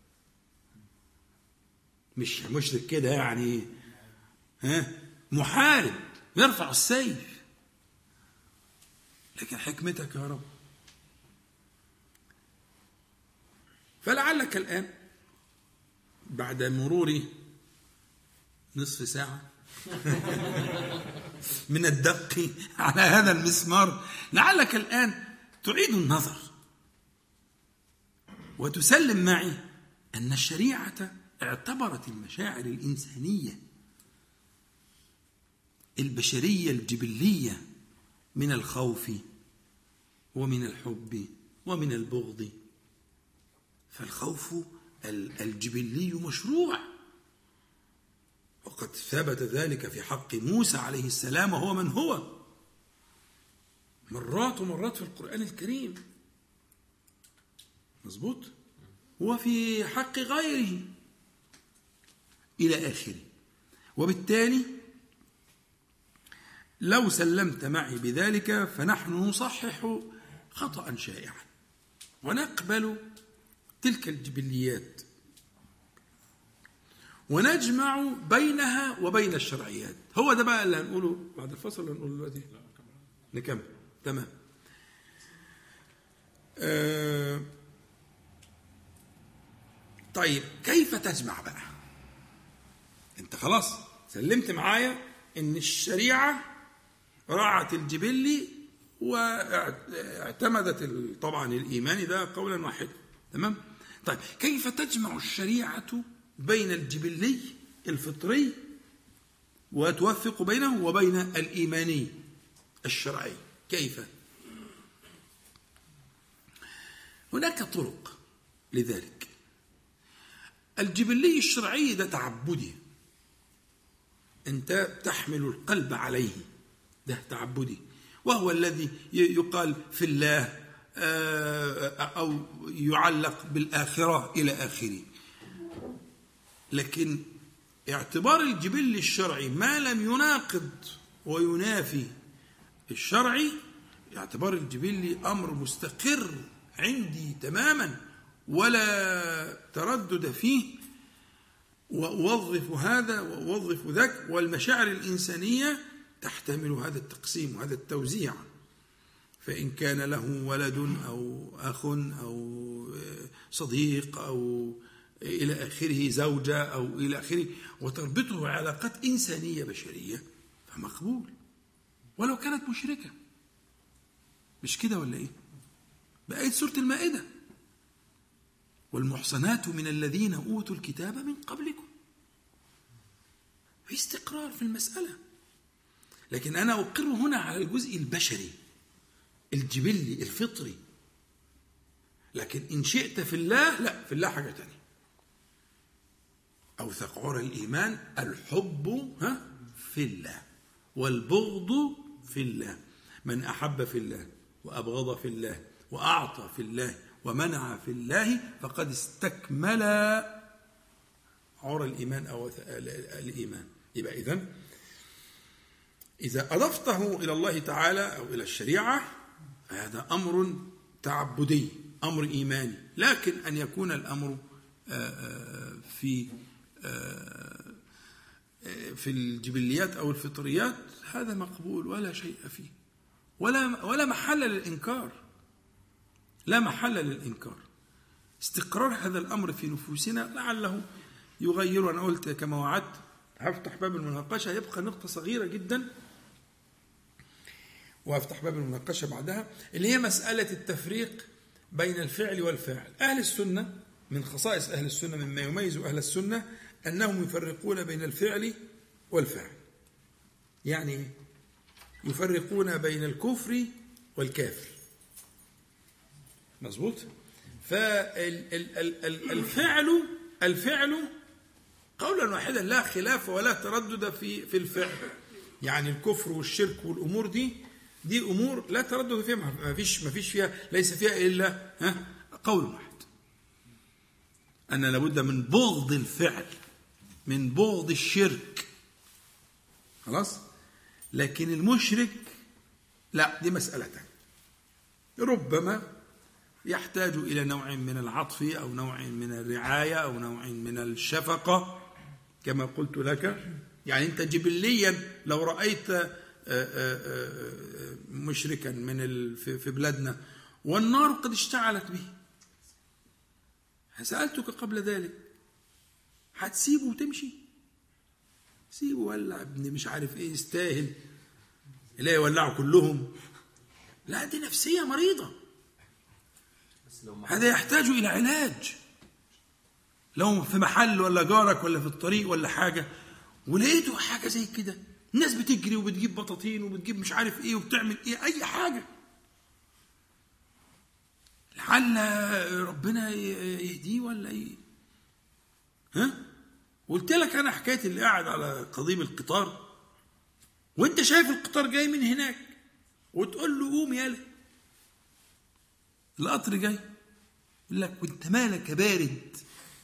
A: مش مشرك كده يعني، ها، محارب يرفع السيف. لكن حكمتك يا رب. فلعلك الآن بعد مرور نصف ساعة من الدق على هذا المسمار، لعلك الآن تعيد النظر وتسلم معي أن الشريعة اعتبرت المشاعر الإنسانية البشرية الجبلية من الخوف ومن الحب ومن البغض. فالخوف الجبلي مشروع، وقد ثبت ذلك في حق موسى عليه السلام وهو من هو مرات ومرات في القرآن الكريم، مظبوط، وفي حق غيره إلى آخره. وبالتالي لو سلمت معي بذلك فنحن نصحح خطأ شائعا ونقبل تلك الجبليات ونجمع بينها وبين الشرعيات. هو ده بقى اللي هنقوله بعد الفصل، اللي هنقوله دلوقتي نكمل. تمام. آه طيب كيف تجمع بقى؟ انت خلاص سلمت معايا ان الشريعة راعت الجبلي واعتمدت طبعا الإيمان ده قولا واحدا، تمام. طيب كيف تجمع الشريعة بين الجبلي الفطري وتوفق بينه وبين الإيماني الشرعي؟ كيف؟ هناك طرق لذلك. الجبلي الشرعي ده تعبدي، أنت تحمل القلب عليه، ده تعبدي، وهو الذي يقال في الله أو يعلق بالآخرة إلى آخره. لكن اعتبار الجبل الشرعي ما لم يناقض وينافي الشرعي، اعتبار الجبلي أمر مستقر عندي تماما ولا تردد فيه، وأوظف هذا وأوظف ذاك، والمشاعر الإنسانية تحتمل هذا التقسيم وهذا التوزيع. فإن كان له ولد أو أخ أو صديق أو إلى آخره، زوجة أو إلى آخره، وتربطه علاقات إنسانية بشرية، فمقبول ولو كانت مشركة. مش كده ولا إيه؟ بآية سورة المائدة: والمحصنات من الذين أوتوا الكتاب من قبلكم. في استقرار في المسألة، لكن أنا أقر هنا على الجزء البشري الجبلي الفطري. لكن إن شئت في الله، لا، في الله حاجة تانية. أوثق عرى الإيمان الحب ها في الله والبغض في الله. من أحب في الله وأبغض في الله وأعطى في الله ومنع في الله فقد استكمل عرى الإيمان أو الإيمان. يبقى إذن إذا أضفته إلى الله تعالى أو إلى الشريعة هذا أمر تعبدي، أمر إيماني. لكن أن يكون الأمر في في الجبليات أو الفطريات هذا مقبول ولا شيء فيه، ولا ولا محل للإنكار، لا محل للإنكار. استقرار هذا الأمر في نفوسنا لعله يغير. أنا قلت كما وعدت هفتح باب المناقشة، يبقى نقطة صغيرة جدا وأفتح باب المناقشة بعدها، اللي هي مسألة التفريق بين الفعل والفاعل. أهل السنة من خصائص أهل السنة، مما يميز أهل السنة أنهم يفرقون بين الفعل والفاعل. يعني يفرقون بين الكفر والكافر. مظبوط؟ فالفعل الفعل قولا واحدا لا خلاف ولا تردد في في الفعل. يعني الكفر والشرك والأمور دي دي أمور لا تردد فيها، ما فيش ما فيش فيها ليس فيها إلا ها قول واحد، أن لابد من بغض الفعل، من بغض الشرك. خلاص؟ لكن المشرك لا، دي مسألة تانية، ربما يحتاج إلى نوع من العطف أو نوع من الرعاية أو نوع من الشفقة كما قلت لك. يعني أنت جبليا لو رأيت مشركا من في بلادنا والنار قد اشتعلت به، سألتك قبل ذلك، هتسيبه وتمشي؟ سيبه ولع ابن مش عارف ايه يستاهل، لا يولعوا كلهم. لا، دي نفسية مريضة، هذا يحتاج إلى علاج. لو في محل ولا جارك ولا في الطريق ولا حاجة ولقيته حاجة زي كده، الناس بتجري وبتجيب بطاطين وبتجيب مش عارف ايه وبتعمل ايه، اي حاجة، لعل ربنا يهديه ولا ايه. ها؟ قلت لك انا حكايه اللي قاعد على قضيب القطار وانت شايف القطار جاي من هناك وتقول له قوم يالا القطر جاي، يقول لك وانت مالك بارد.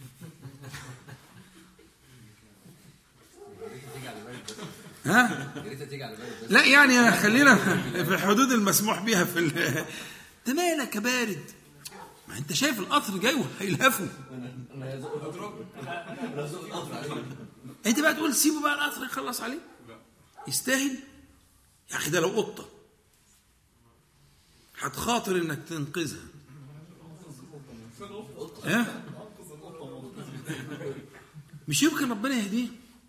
A: ها؟ لا يعني خلينا في حدود المسموح بها في انت مالك بارد، ما انت شايف القطر جاي وهيلهفه، انت بقى تقول سيبه بقى القطر يخلص عليه؟ يستاهل يا اخي؟ ده لو قطه هتخاطر انك تنقذها، ها؟ مش يمكن ربنا يهديه؟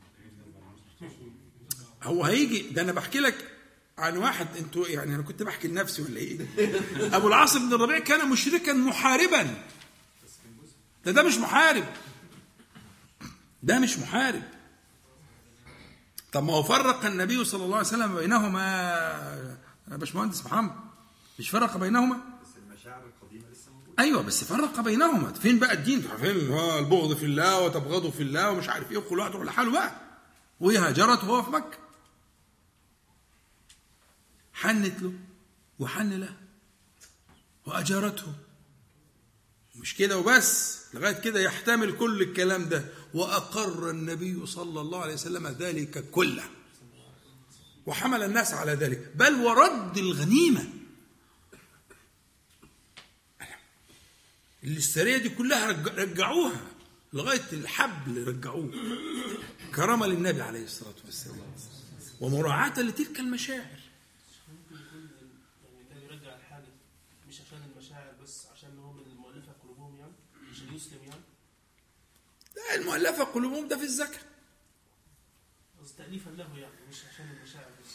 A: هو هيجي ده. انا بحكي لك عن واحد، انتوا يعني انا كنت بحكي لنفسي ولا ايه؟ ابو العاص بن الربيع كان مشركا محاربا. ده ده مش محارب، ده مش محارب. طب ما هو فرق النبي صلى الله عليه وسلم بينهما يا باشمهندس محمد؟ مش فرق بينهما؟
D: بس المشاعر القديمه لسه موجوده.
A: ايوه بس فرق بينهما. فين بقى الدين؟ فين هو البغض في الله وتبغضه في الله ومش عارف ايه، وكل واحد يروح لحاله بقى. وهي هاجرت وهو في مكه، حنت له وحن له واجارته. مش كده وبس، لغايه كده يحتمل كل الكلام ده. واقر النبي صلى الله عليه وسلم ذلك كله وحمل الناس على ذلك، بل ورد الغنيمه. اللي السريه دي كلها رجعوها لغايه الحبل، رجعوه كرامه للنبي عليه الصلاه والسلام ومراعاه لتلك المشاعر.
E: يعني كان يرجع الحادث مش عشان المشاعر بس، عشان هم المؤلفه قلوبهم يعني، عشان يسلم يعني.
A: لا، المؤلفه قلوبهم ده في الزكاه،
E: بس تأليفا له يعني، مش عشان المشاعر بس.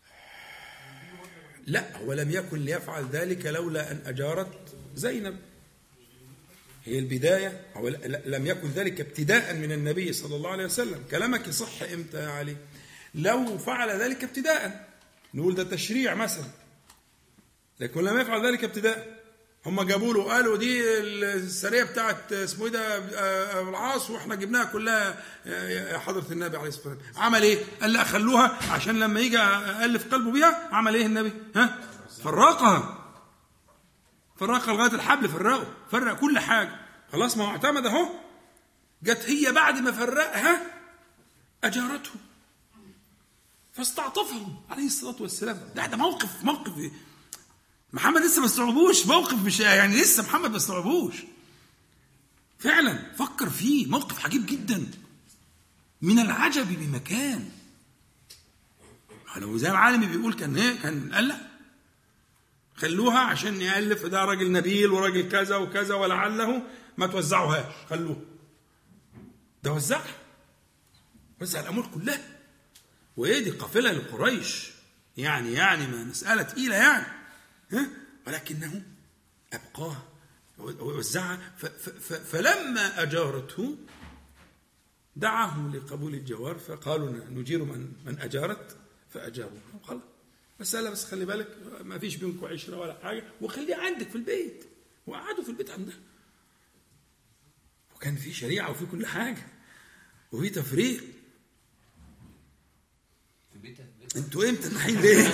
A: لا هو لم يكن ليفعل ذلك لولا أن أجارت زينب. هي البداية، أو لم يكن ذلك ابتداء من النبي صلى الله عليه وسلم. كلامك يصح إمتى يا علي؟ لو فعل ذلك ابتداء نقول ده تشريع مثلا، لكن لم يفعل ذلك ابتداء. هم جابوا له قالوا دي السريه بتاعت اسمه ايه ده العاص، واحنا جبناها كلها يا حضره النبي عليه الصلاه والسلام. عمل ايه؟ قال لا خلوها عشان لما يجي الف قلبه بيها. عمل ايه النبي؟ ها فرقها، فرقها لغايه الحبل، فرقه فرق كل حاجه. خلاص ما هو اعتمد اهو. جت هي بعد ما فرقها اجارته فاستعطفهم عليه الصلاه والسلام. ده ده موقف موقف محمد لسه ما استوعبوش، موقف مش يعني لسه محمد ما استوعبوش فعلا. فكر فيه، موقف عجيب جدا من العجب بمكان. لو زي العالم بيقول كان ايه، كان قال لا خلوها عشان يألف، ده راجل نبيل وراجل كذا وكذا، ولعله ما توزعوهاش، خلوها. ده وزعها، وزع الأمور كلها. وإيه دي قافلة لقريش يعني، يعني ما مسألة تقيلة يعني، ها؟ ولكنه أبقاها ووزعها. فلما أجارته دعاهم لقبول الجوار، فقالوا نجير من من أجارت، فأجاروا. خلاص مسألة، بس خلي بالك ما فيش بينكم عشرة ولا حاجة، وخليه عندك في البيت. وقعدوا في البيت عندها، وكان في شريعة وفي كل حاجة وفي تفريق. انتوا امتى الحين ليه؟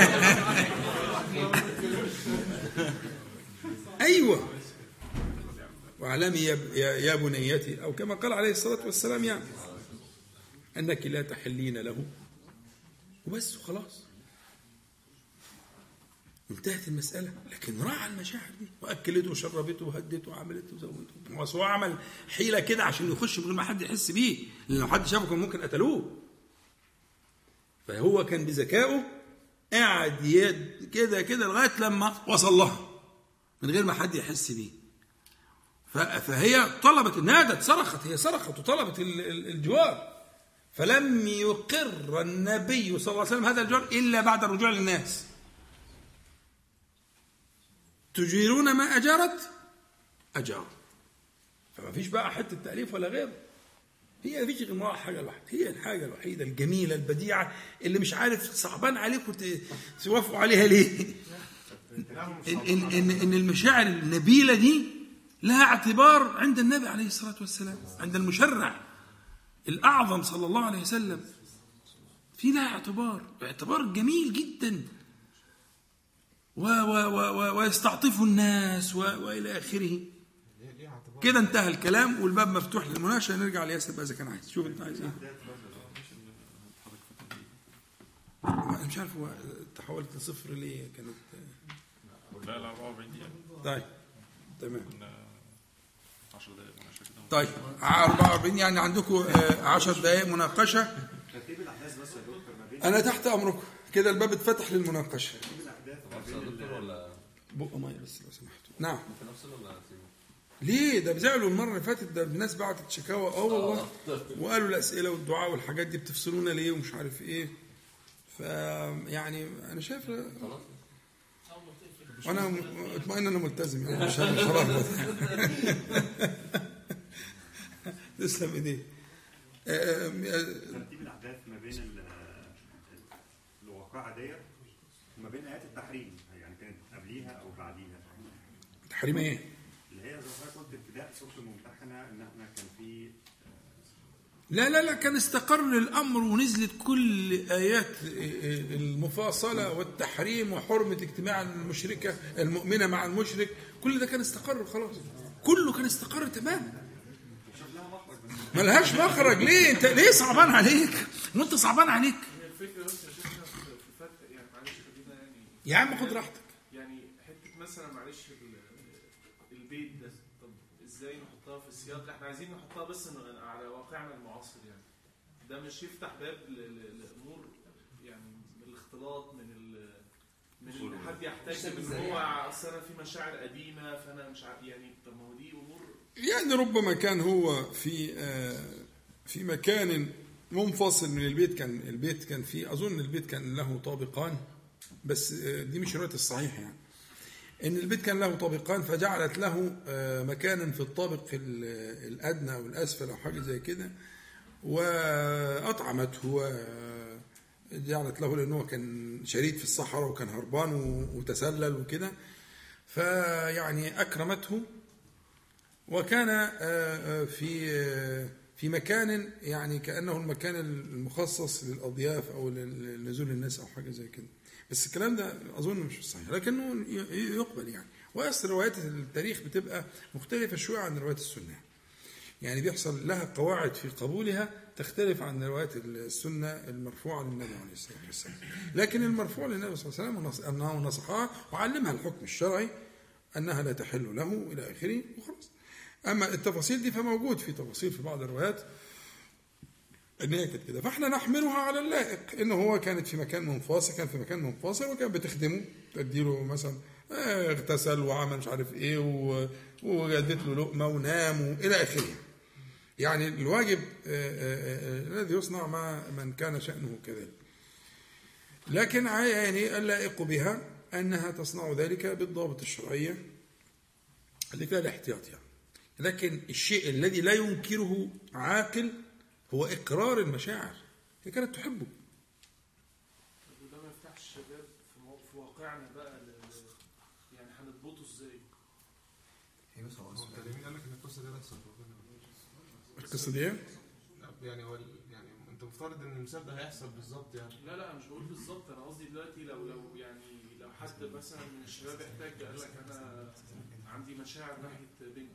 A: ايوه. واعلمي يا بنيتي، او كما قال عليه الصلاه والسلام يعني، انك لا تحلين له، وبس وخلاص انتهت المساله. لكن راعى المشاعر دي، واكلته وشربته وهدته وعملته وزودته. هو عمل حيله كده عشان يخش من غير ما حد يحس بيه، لان لو حد شافه كان ممكن قتلوه. فهو كان بذكائه قاعد يد كده كده لغايه لما وصل لها من غير ما حد يحس بيه. فهي طلبت، نادت، صرخت، هي صرخت وطلبت الجوار. فلم يقر النبي صلى الله عليه وسلم هذا الجوار الا بعد الرجوع للناس. تجيرون ما اجارت اجار. فما فيش بقى حته تاليف ولا غيره. هي ما فيش غير حاجه الواحده، هي الحاجه الوحيده الجميله البديعه اللي مش عارف صعبان عليكم توافقوا عليها ليه. إن, إن, إن, إن المشاعر النبيلة دي لها اعتبار عند النبي عليه الصلاة والسلام، عند المشرع الأعظم صلى الله عليه وسلم، في لها اعتبار، اعتبار جميل جدا. و و و ويستعطف الناس و وإلى آخره. كده انتهى الكلام والباب مفتوح للمناقشة. نرجع لياسر بقى إذا كان عايز. شوف أنت عايز إيه. أنا مش عارف هو تحولت لصفر ليه، كانت
F: لا لا أربعة وأربعين دقيقة.
A: طيب تمام.
F: عشر دقائق مناقشة كده.
A: طيب أربعة وأربعين يعني عندكم عشر دقائق مناقشة.
D: ترتيب الاحداث بس يا دكتور ما بين
A: أنا تحت أمركم كده، الباب اتفتح للمناقشة.
D: ترتيب الاحداث ما
G: نفس
D: بين
G: الدكتور ولا
A: بقى مية بس لو سمحتوا. نعم.
G: في نفس ولا سيبه؟
A: ليه ده بزعلوا المرة اللي فاتت، ده الناس بعتت شكاوى اه والله، وقالوا الأسئلة والدعاء والحاجات دي بتفصلونا ليه ومش عارف إيه. فيعني أنا شايف وأنا اطمئن أنا ملتزم يعني، مش هلخبط. تسلم إيديك.
D: ترتيب الاحداث ما بين ال- الواقعه ديت وما بين ايات التحريم يعني كانت قبليها او بعديها؟
A: تحريم ايه؟
D: اللي هي زي ما قلت ابتداء سوره الممتحنه ان احنا كان في
A: لا لا لا كان استقر الأمر ونزلت كل آيات المفاصلة والتحريم وحرمة اجتماع المشركة المؤمنة مع المشرك، كل ده كان استقر خلاص، كله كان استقر تمام. ملهاش مخرج. ليه انت ليه صعبان عليك؟ وانت صعبان عليك
E: الفكره بس يا شيخنا في الفتح يعني معلش خلينا يعني
A: يا عم خد راحتك.
E: يعني حته مثلا معلش البيت ده طب ازاي نحطها في السياق؟ احنا عايزين نحطها بس على واقعنا المعاصر، يعني ده مش يفتح باب لامور يعني من الاختلاط من ال من ان حد يحتاج ان هو اصل انا في مشاعر قديمه فانا مش عارف يعني. طب ما هو دي امور
A: يعني ربما كان هو في في مكان منفصل من البيت، كان البيت كان فيه أظن البيت كان له طابقان، بس دي مش رواية الصحيح يعني إن البيت كان له طابقان فجعلت له مكانا في الطابق الأدنى أو الأسفل أو حاجة زي كده، وأطعمته وجعلت له لأنه كان شريد في الصحراء وكان هربان وتسلل وكده، فيعني أكرمته، وكان في في مكان يعني كأنه المكان المخصص للأضياف أو لنزول الناس أو حاجة زي كده. بس الكلام ده أظن مش صحيح لكنه يقبل يعني. وأصل روايات التاريخ بتبقى مختلفة شوية عن روايات السنة، يعني بيحصل لها قواعد في قبولها تختلف عن روايات السنة المرفوعة للنبي عليه الصلاة والسلام. لكن المرفوع للنبي صلى الله عليه وسلم أنه نصحها وعلمها الحكم الشرعي أنها لا تحل له إلى آخره وخلاص. أما التفاصيل دي فموجود في تفاصيل في بعض الروايات إن هي كانت كده، فإحنا نحملها على اللائق إنه هو كانت في مكان منفصل، كان في مكان منفصل وكان بتخدمه تديله مثلا اغتسل وعمل مش عارف إيه وجدت له لقمة ونام إلى آخره. يعني الواجب الذي يصنع مع من كان شأنه كذلك، لكن يعني اللائق بها أنها تصنع ذلك بالضوابط الشرعية اللي فيها الاحتياط يعني. لكن الشيء الذي لا ينكره عاقل هو إقرار المشاعر، هي كانت تحبه.
E: وده ما يفتحش باب في واقعنا بقى يعني هنضبطه ازاي؟
C: مين قال لك ان القصه دي هتحصل؟
A: القصه دي
C: يعني هو يعني انت مفترض ان المثال ده هيحصل بالظبط يعني.
E: لا لا مش بقول بالظبط، انا قصدي دلوقتي لو لو يعني لو حد مثلا من الشباب احتاج قال لك انا عندي مشاعر ناحيه بنت،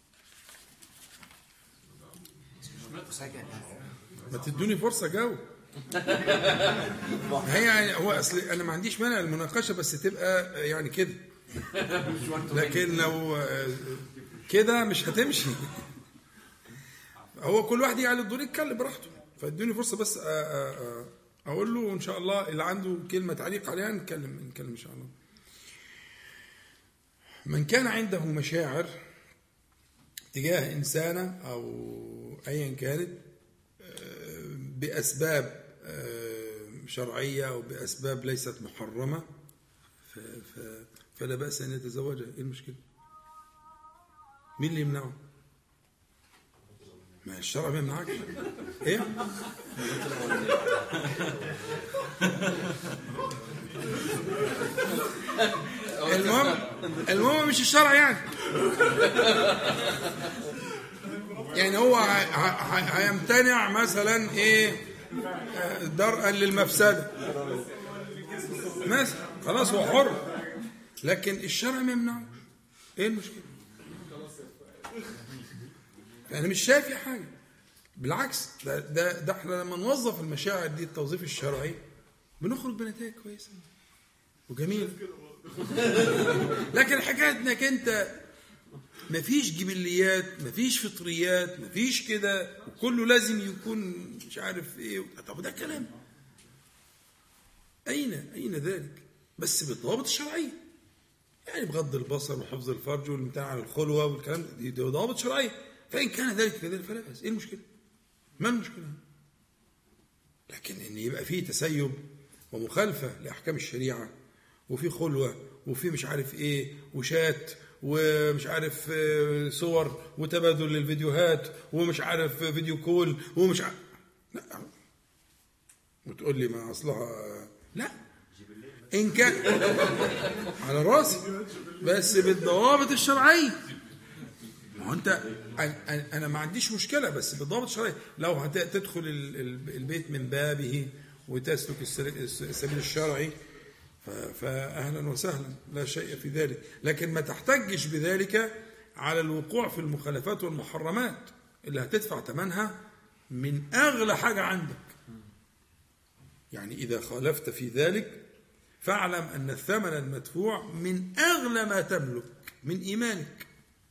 A: ما تدوني فرصه جاوب. هي يعني هو اصل انا ما عنديش مانع المناقشه بس تبقى يعني كده، لكن لو كده مش هتمشي. هو كل واحد يعلي الدور يتكلم براحته، فادوني فرصه بس اقول له ان شاء الله اللي عنده كلمه تعليق عليها نتكلم نتكلم ان شاء الله. من كان عنده مشاعر تجاه إنسانة أو أيا كانت بأسباب شرعية أو بأسباب ليست محرمة فلا بأس أن يتزوجها. إيه المشكلة؟ مين اللي يمنعه؟ ما الشرع ما يمنعك. إيه؟ المهم المهم مش الشرع يعني يعني هو هيمتنع مثلا ايه درءا للمفسده مثلا، خلاص هو حر، لكن الشرع ما يمنعه. ايه المشكله؟ يعني مش شايف في حاجه، بالعكس ده ده ده احنا لما نوظف المشاعر دي التوظيف الشرعي بنخرج بنتائج كويسه وجميل. لكن حكايه انك انت مفيش جبليات مفيش فطريات مفيش كده وكله لازم يكون مش عارف ايه، طب ده كلام اين اين ذلك؟ بس بالضوابط الشرعيه يعني بغض البصر وحفظ الفرج والامتناع عن الخلوه والكلام ده، دي ضوابط شرعيه. فان كان ذلك كذلك فلا بأس. ايه المشكله؟ ما المشكله؟ لكن ان يبقى فيه تسيب ومخالفه لاحكام الشريعه وفي خلوة وفي مش عارف ايه وشات ومش عارف صور وتبادل للفيديوهات ومش عارف فيديو كول ومش عارف، لا وتقول لي ما اصلها لا إن كان على راسي بس بالضوابط الشرعية. ما هو أنت أنا ما عنديش مشكلة بس بالضوابط الشرعية. لو هتدخل البيت من بابه وتسلك السبيل الشرعي فأهلا وسهلا، لا شيء في ذلك، لكن ما تحتجش بذلك على الوقوع في المخالفات والمحرمات اللي هتدفع ثمنها من أغلى حاجة عندك. يعني إذا خالفت في ذلك فاعلم أن الثمن المدفوع من أغلى ما تملك من إيمانك،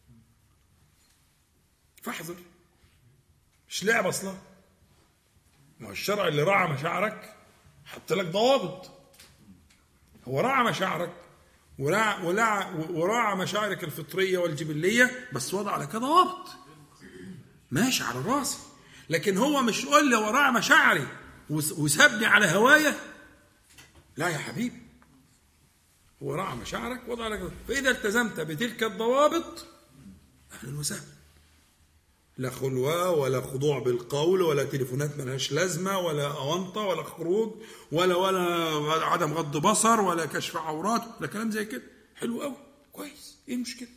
A: فاحذر. مش لعب أصلا، ما الشرع اللي راعى مشاعرك حط لك ضوابط. هو راعى مشاعرك وراعى, وراعى, وراعى مشاعرك الفطرية والجبلية، بس وضع لك ضوابط ماشي على الراس. لكن هو مش قول لي وراعى مشاعري وسابني على هواية، لا يا حبيبي، هو راعى مشاعرك وضع لك. فإذا التزمت بتلك الضوابط أهلا وسهلا، لا خلوة ولا خضوع بالقول ولا تليفونات ملهاش لازمة ولا أونطة ولا خروج ولا ولا عدم غض بصر ولا كشف عورات ولا كلام زي كده. حلو قوي، كويس. ايه المشكلة؟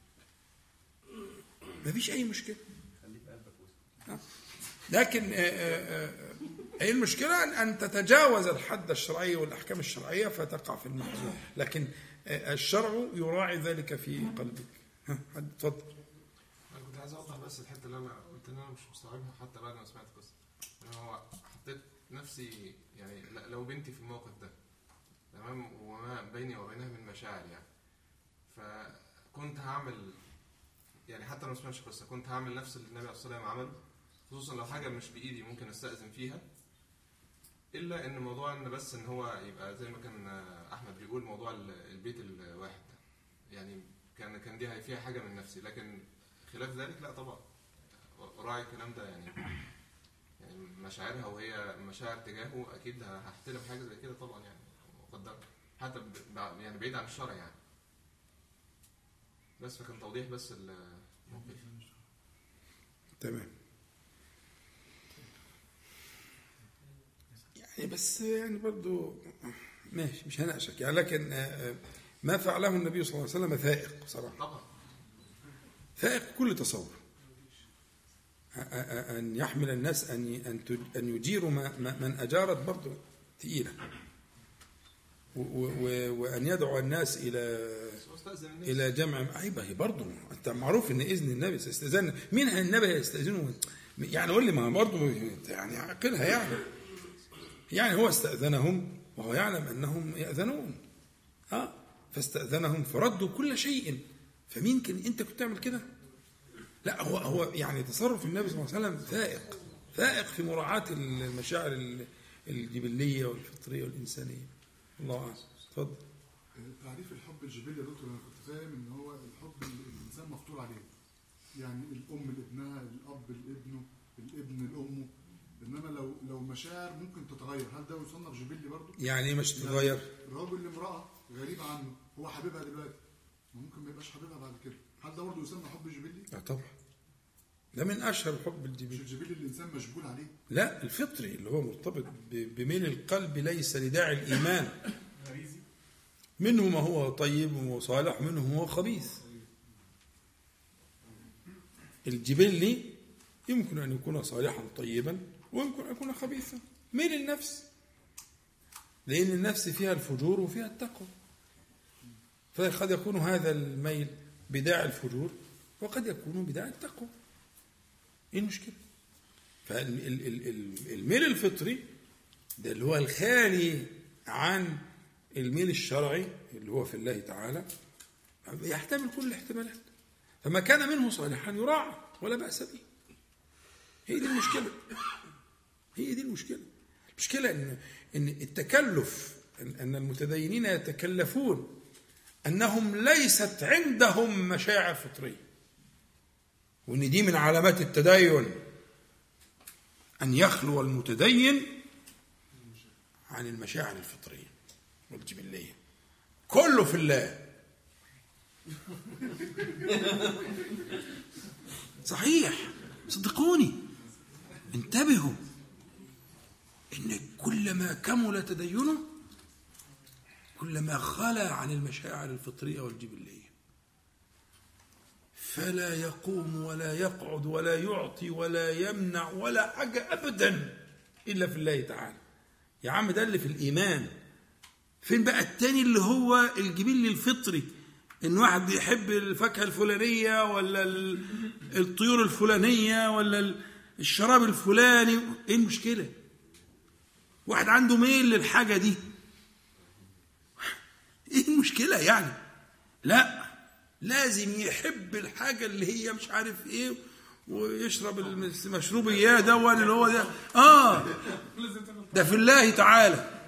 A: مفيش أي مشكلة. لكن ايه المشكلة؟ أن تتجاوز الحد الشرعي والأحكام الشرعية فتقع في المحظور، لكن الشرع يراعي ذلك في قلبك. ها، حد تفضل.
C: انا كنت عايز اوضح بس الحته اللي انا قلت ان انا مش مستوعبها حتى بعد ما سمعت القصه. انا هو حطيت نفسي يعني لو بنتي في الموقف ده تمام وما بيني وبينها من مشاعر يعني، فكنت هعمل يعني حتى لو ما سمعتش القصه كنت هعمل نفس اللي النبي عليه الصلاه والسلام عمله، خصوصا لو حاجه مش بايدي ممكن استاذن فيها. الا ان موضوع ان بس ان هو يبقى زي ما كان احمد بيقول موضوع البيت الواحد ده، يعني كان كان دي فيها حاجه من نفسي، لكن خلاف ذلك لا طبعا راعي الكلام ده. يعني يعني مشاعرها وهي مشاعر تجاهه اكيد هحترم حاجه زي كده طبعا يعني مقدر حتى يعني بعيد عن الشرع يعني. بس فكان توضيح بس الموقف.
A: تمام. يعني بس يعني برضو ماشي مش هناقشك يعني، لكن ما فعله النبي صلى الله عليه وسلم فائق صراحة
C: طبعا،
A: فائق كل تصور. أن يحمل الناس أن أن يجيروا من أجارت برضو تقيلة، وأن يدعو الناس إلى إلى جمع عيبه برضو. أنت معروف إن إذن النبي استئذان مين النبي يستأذنه يعني؟ قول لي ما برضو يعني عقلها يعني يعني هو استأذنهم وهو يعلم أنهم يأذنون ها فاستأذنهم فردوا كل شيء. فمين كان أنت كنت تعمل كده؟ لا هو هو يعني تصرف النبي صلى الله عليه وسلم فائق فائق في مراعاة المشاعر الجبلية والفطرية والإنسانية. الله أعلم. اتفضل.
G: تعريف الحب الجبلي يا دكتور، أنا كنت فاهم إن هو الحب اللي الإنسان مفطور عليه، يعني الأم لابنها، الأب لابنه، الابن لأمه. إنما لو لو مشاعر ممكن تتغير، هل ده يصنف جبلي برضه؟
A: يعني إيه مش تتغير؟
G: الراجل لامرأة غريبة عنه هو حبيبها دلوقتي ممكن ما يبقاش حبيبها بعد كده، هل ده برضه يسمى حب جبلي؟
A: لا طبعا، ده من أشهر الحب الجبلي.
G: مش الجبلي اللي الإنسان مشغول عليه؟ لا،
A: الفطري اللي هو مرتبط بميل القلب ليس لداعي الإيمان. منه ما هو طيب وصالح منه ما هو خبيث. الجبلي يمكن أن يكون صالحا طيبا ويمكن أن يكون خبيثا، ميل النفس، لأن النفس فيها الفجور وفيها التقوى، فقد يكون هذا الميل بداعي الفجور وقد يكون بداعي التقوى. ايه المشكله؟ فالميل الفطري ده اللي هو الخالي عن الميل الشرعي اللي هو في الله تعالى يحتمل كل الاحتمالات، فما كان منه صالحا يراعى ولا بأس به. هي دي المشكله هي دي المشكله المشكله ان ان التكلف، ان المتدينين يتكلفون انهم ليست عندهم مشاعر فطريه، وان دي من علامات التدين ان يخلو المتدين عن المشاعر الفطريه والجبليه، كله في الله. صحيح، صدقوني، انتبهوا ان كلما كمل تدينه كلما خلى عن المشاعر الفطرية والجبلية فلا يقوم ولا يقعد ولا يعطي ولا يمنع ولا حاجة أبدا إلا في الله تعالى. يا عم ده اللي في الإيمان. فين بقى التاني اللي هو الجبلي الفطري، إن واحد يحب الفاكهة الفلانية ولا الطيور الفلانية ولا الشراب الفلاني؟ إيه المشكلة؟ واحد عنده ميل للحاجة دي، إيه المشكلة يعني؟ لا، لازم يحب الحاجة اللي هي مش عارف إيه ويشرب المشروب إياه ده اللي هو ده آه ده في الله تعالى.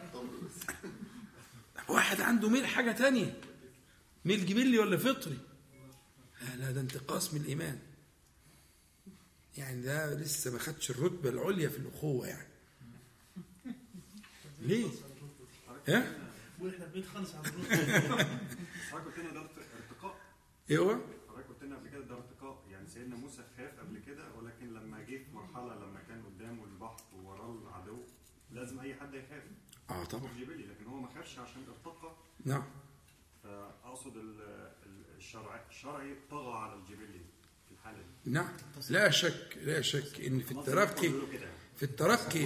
A: واحد عنده ميل حاجة تانية، ميل جبلي ولا فطري؟ لا ده انتقاص من الإيمان، يعني ده لسه ما خدش الرتبة العليا في الأخوة يعني. ليه؟ ها؟
H: واحنا بعيد خالص عن الرتبة.
D: حضرتك قلت لنا ده ارتقاء.
A: ايه هو؟
D: حضرتك قلت لنا قبل كده ده ارتقاء، يعني سيدنا موسى خاف قبل كده، ولكن لما جه في مرحلة لما كان قدامه البحر ووراه العدو لازم أي حد يخاف.
A: اه طبعا.
D: جبلي، لكن هو ما خافش عشان ارتقى.
A: نعم.
D: فأقصد الشرع الشرعي طغى على الجبلي في الحالة دي.
A: نعم، لا شك لا شك ان في الترقي في الترقي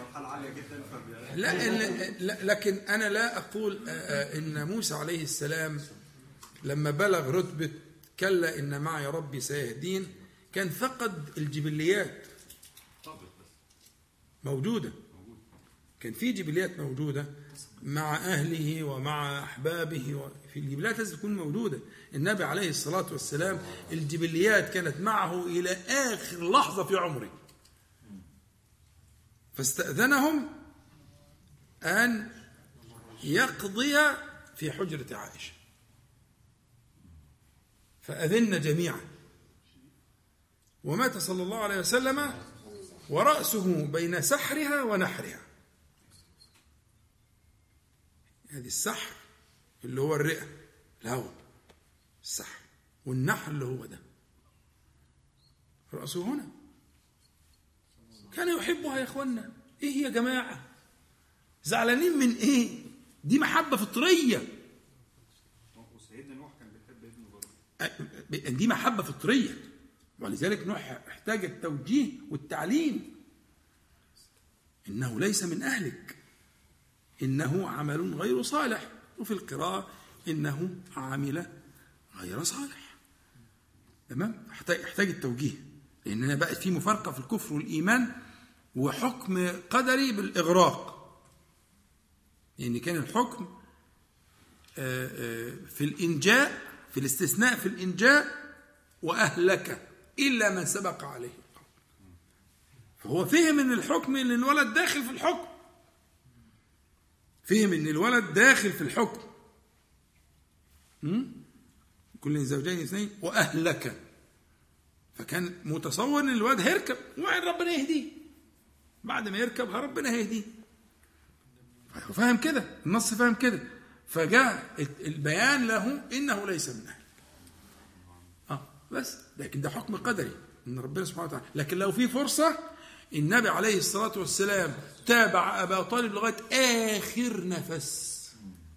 A: لا, لا لكن انا لا اقول ان موسى عليه السلام لما بلغ رتبة كلا ان معي ربي سيهدين كان فقد الجبليات موجودة، كان في جبليات موجودة مع أهله ومع أحبابه، في الجبليات لازم تكون موجودة. النبي عليه الصلاة والسلام الجبليات كانت معه إلى آخر لحظة في عمره، فاستأذنهم أن يقضي في حجرة عائشة فأذن جميعا، ومات صلى الله عليه وسلم ورأسه بين سحرها ونحرها. هذه السحر اللي هو الرئة الهواء السحر، والنحر اللي هو ده رأسه هنا. كان يحبها يا اخوانا. ايه يا جماعة زعلانين من ايه؟ دي محبة فطرية.
D: وسيدنا نوح كان بيحب ابنه برضه.
A: دي محبة فطرية، ولذلك نوح احتاج التوجيه والتعليم. إنه ليس من أهلك، إنه عمل غير صالح، وفي القراءة إنه عامل غير صالح. تمام؟ احتاج التوجيه، لأننا بقى في مفارقة في الكفر والإيمان وحكم قدري بالإغراق. لأن يعني كان الحكم في الإنجاء، في الاستثناء في الإنجاء وأهلك إلا من سبق عليه القول. فهو فهم ان الحكم ان الولد داخل في الحكم، فهم ان الولد داخل في الحكم. كل زوجين اثنين واهلك، فكان متصور ان الولد هيركب وبعدين ربنا يهديه، بعد ما يركب ربنا هيهديه. فاهم كده النص، فاهم كده، فجاء البيان له انه ليس من اهلك. اه بس لكن ده حكم قدري ان ربنا سبحانه وتعالى. لكن لو في فرصه النبي عليه الصلاة والسلام تابع أبا طالب لغاية آخر نفس.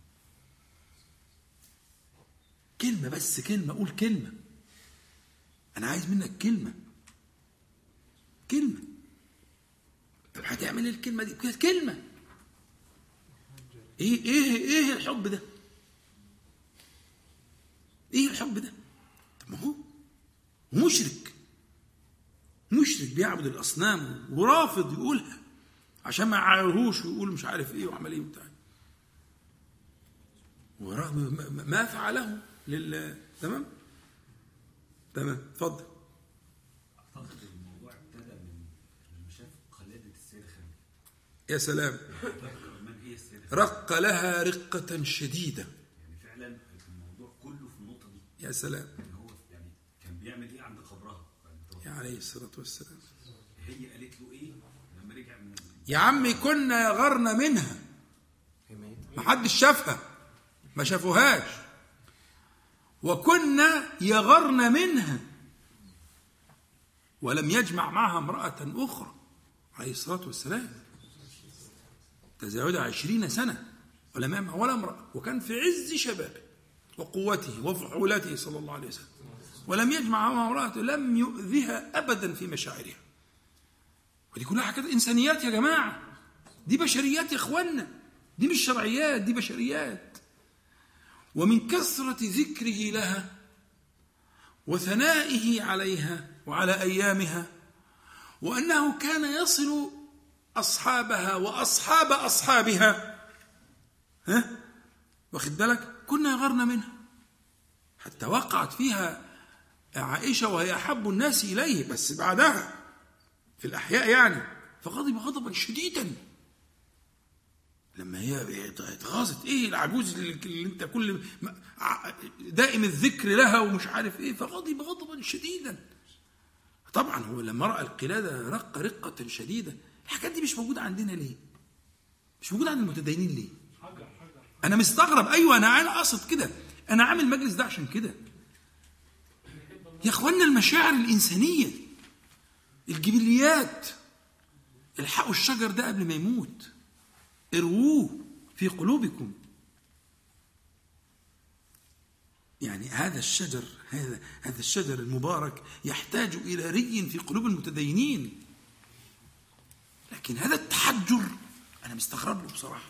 A: كلمة بس، كلمة، قول كلمة، أنا عايز منك كلمة، كلمة. طب هتعمل الكلمة دي كلمة؟ إيه إيه إيه الحب ده؟ إيه الحب ده؟ طب ما هو مشرك، مشرك بيعبد الأصنام ورافض يقولها عشان ما يعايرهوش ويقول مش عارف ايه وعمل ايه وبتاع، ورغم ما فعله لله. تمام تمام اتفضل.
I: اعتقد الموضوع ابتدى من لما شاف قلادة السيدة خديجة.
A: يا سلام،
I: من هي السيدة؟
A: رق لها رقة شديدة.
I: يعني فعلا الموضوع كله في النقطة دي.
A: يا سلام.
I: يعني هو يعني كان بيعمل ايه عند قبرها
A: يا عليه الصلاة والسلام؟
I: هي قالت له ايه لما رجع من
A: يا عمي كنا يغرنا منها، ما حدش شافها، ما شافوهاش، وكنا يغرنا منها، ولم يجمع معها امرأة أخرى عليه الصلاة والسلام. تزاوجها عشرين سنة ولا معه ولا امرأة، وكان في عز شبابه وقوته وفحولته صلى الله عليه وسلم، ولم يجمع مع امرأة لم يؤذيها أبدا في مشاعرها. ودي كلها حاجات إنسانيات يا جماعة، دي بشريات يا إخوانا، دي مش شرعيات، دي بشريات. ومن كثرة ذكره لها وثنائه عليها وعلى أيامها، وأنه كان يصل أصحابها وأصحاب أصحابها، ها واخد بالك، كنا يغرنا منها حتى وقعت فيها عائشة وهي أحب الناس إليه، بس بعدها في الأحياء يعني، فغضب غضبا شديدا لما هي اتغاظت، ايه العجوز اللي انت كل دائم الذكر لها ومش عارف ايه، فغضب غضبا شديدا. طبعا هو لما رأى القلادة رق رقة شديدة. الحاجات دي مش موجودة عندنا ليه؟ مش موجودة عند المتدينين ليه؟ انا مستغرب. ايوه انا انا اقصد كده، انا عامل المجلس ده عشان كده يا اخوانا. المشاعر الانسانيه، الجبليات، الحقوا الشجر ده قبل ما يموت، ارووه في قلوبكم. يعني هذا الشجر هذا هذا الشجر المبارك يحتاج الى ري في قلوب المتدينين، لكن هذا التحجر انا مستغرب له بصراحه.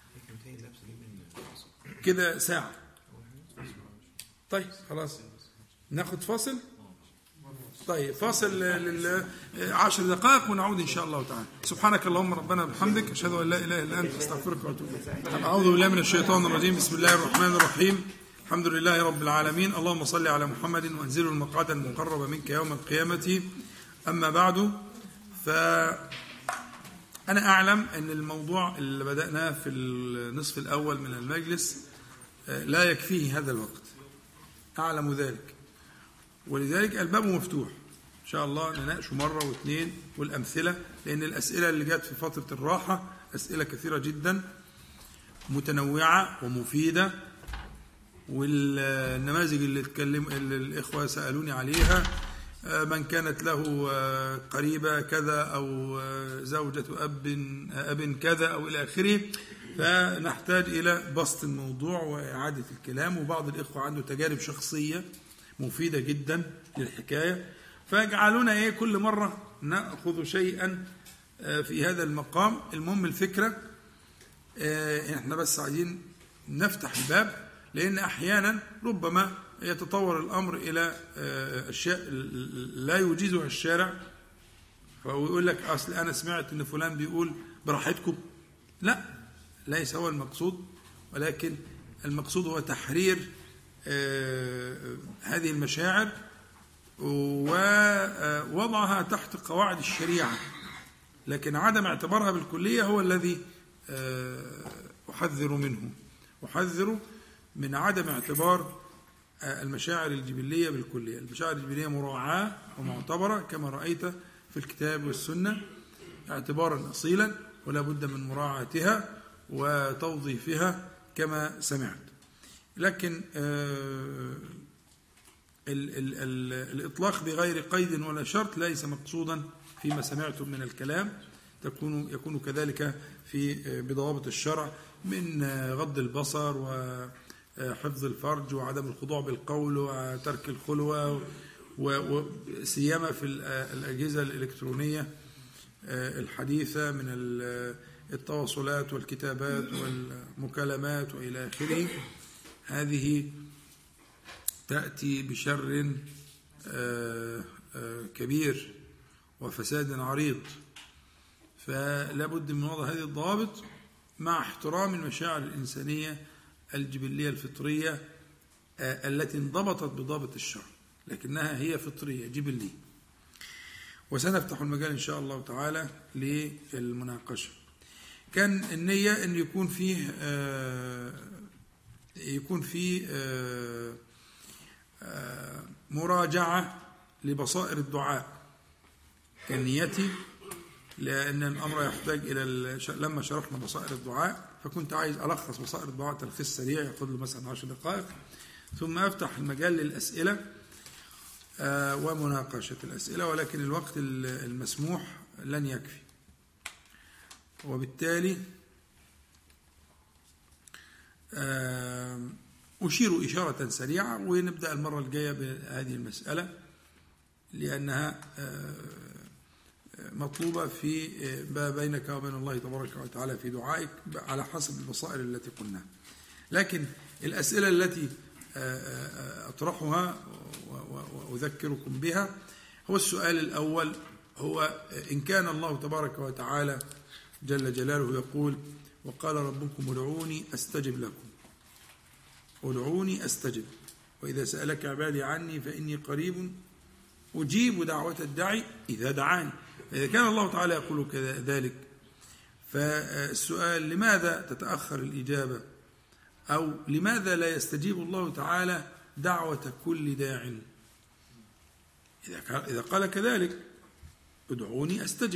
A: كده ساعه. طيب خلاص ناخد فاصل. طيب فاصل للعشر دقائق ونعود إن شاء الله تعالى. سبحانك اللهم ربنا بحمدك، أشهد أن لا إله إلا أنت، أستغفرك وأتوب إليك. أعوذ بالله من الشيطان الرجيم. بسم الله الرحمن الرحيم. الحمد لله رب العالمين. اللهم صل على محمد وانزله المقعد المقرب منك يوم القيامة. أما بعد، فأنا أعلم أن الموضوع اللي بدأناه في النصف الأول من المجلس لا يكفيه هذا الوقت، أعلم ذلك، ولذلك الباب مفتوح إن شاء الله نناقشه مرة واثنين، والأمثلة، لأن الأسئلة اللي جات في فترة الراحة أسئلة كثيرة جدا متنوعة ومفيدة، والنماذج اللي اتكلم اللي الإخوة سألوني عليها، من كانت له قريبة كذا أو زوجة أب أب كذا أو إلى آخره، فنحتاج إلى بسط الموضوع وإعادة الكلام. وبعض الإخوة عنده تجارب شخصية مفيدة جدا للحكاية، فاجعلونا إيه كل مرة نأخذ شيئا في هذا المقام. المهم الفكرة إحنا بس عايزين نفتح الباب، لأن أحيانا ربما يتطور الأمر إلى أشياء لا يجيزها الشارع، فيقول لك أصل أنا سمعت إن فلان بيقول براحتكم. لا، ليس هو المقصود، ولكن المقصود هو تحرير هذه المشاعر ووضعها تحت قواعد الشريعة، لكن عدم اعتبارها بالكلية هو الذي أحذر منه. أحذر من عدم اعتبار المشاعر الجبلية بالكلية. المشاعر الجبلية مراعاة ومعتبرة كما رأيت في الكتاب والسنة اعتبارا أصيلا، ولا بد من مراعاتها وتوظيفها كما سمعت. لكن آه ال ال ال الإطلاق بغير قيد ولا شرط ليس مقصودا فيما سمعتم من الكلام، تكون يكون كذلك في بضوابط الشرع من غض البصر وحفظ الفرج وعدم الخضوع بالقول وترك الخلوة، وسيما في الأجهزة الإلكترونية الحديثة من التواصلات والكتابات والمكالمات وإلى آخره. هذه تأتي بشر كبير وفساد عريض، فلا بد من وضع هذه الضوابط مع احترام المشاعر الإنسانية الجبلية الفطرية التي انضبطت بضابط الشرع، لكنها هي فطرية جبلية. وسنفتح المجال إن شاء الله تعالى للمناقشة. كان النية أن يكون فيه يكون فيه مراجعة لبصائر الدعاء، كان نيتي، لأن الأمر يحتاج إلى لما شرحنا بصائر الدعاء فكنت عايز ألخص بصائر الدعاء تلخيص سريع يأخذ له مثلا عشر دقائق، ثم أفتح المجال للأسئلة ومناقشة الأسئلة، ولكن الوقت المسموح لن يكفي، وبالتالي أشير إشارة سريعة ونبدأ المرة الجاية بهذه المسألة لأنها مطلوبة في ما بينك وبين الله تبارك وتعالى في دعائك على حسب البصائر التي قلناها. لكن الأسئلة التي أطرحها وأذكركم بها هو السؤال الأول، هو إن كان الله تبارك وتعالى جل جلاله يقول وقال ربكم ادعوني أستجب لكم، ادعوني أستجب، وإذا سألك عبادي عني فإني قريب أجيب دعوة الداعي إذا دعاني. إذا كان الله تعالى يقول كذلك فالسؤال لماذا تتأخر الإجابة، أو لماذا لا يستجيب الله تعالى دعوة كل داع؟ إذا قال كذلك ادعوني أستجب،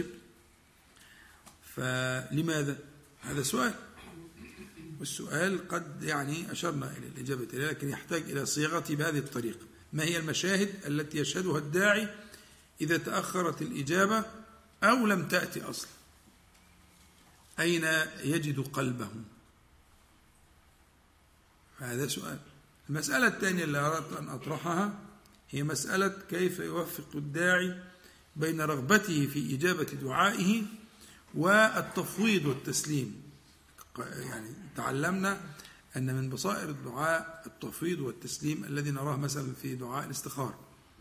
A: فلماذا؟ هذا سؤال، والسؤال قد يعني أشرنا إلى الإجابة إليه، لكن يحتاج إلى صياغته بهذه الطريقة. ما هي المشاهد التي يشهدها الداعي إذا تأخرت الإجابة أو لم تأتي أصلا؟ أين يجد قلبه؟ هذا سؤال. المسألة الثانية اللي أردت أن أطرحها هي مسألة كيف يوفق الداعي بين رغبته في إجابة دعائه والتفويض والتسليم. يعني تعلمنا أن من بصائر الدعاء التفويض والتسليم الذي نراه مثلا في دعاء الاستخارة.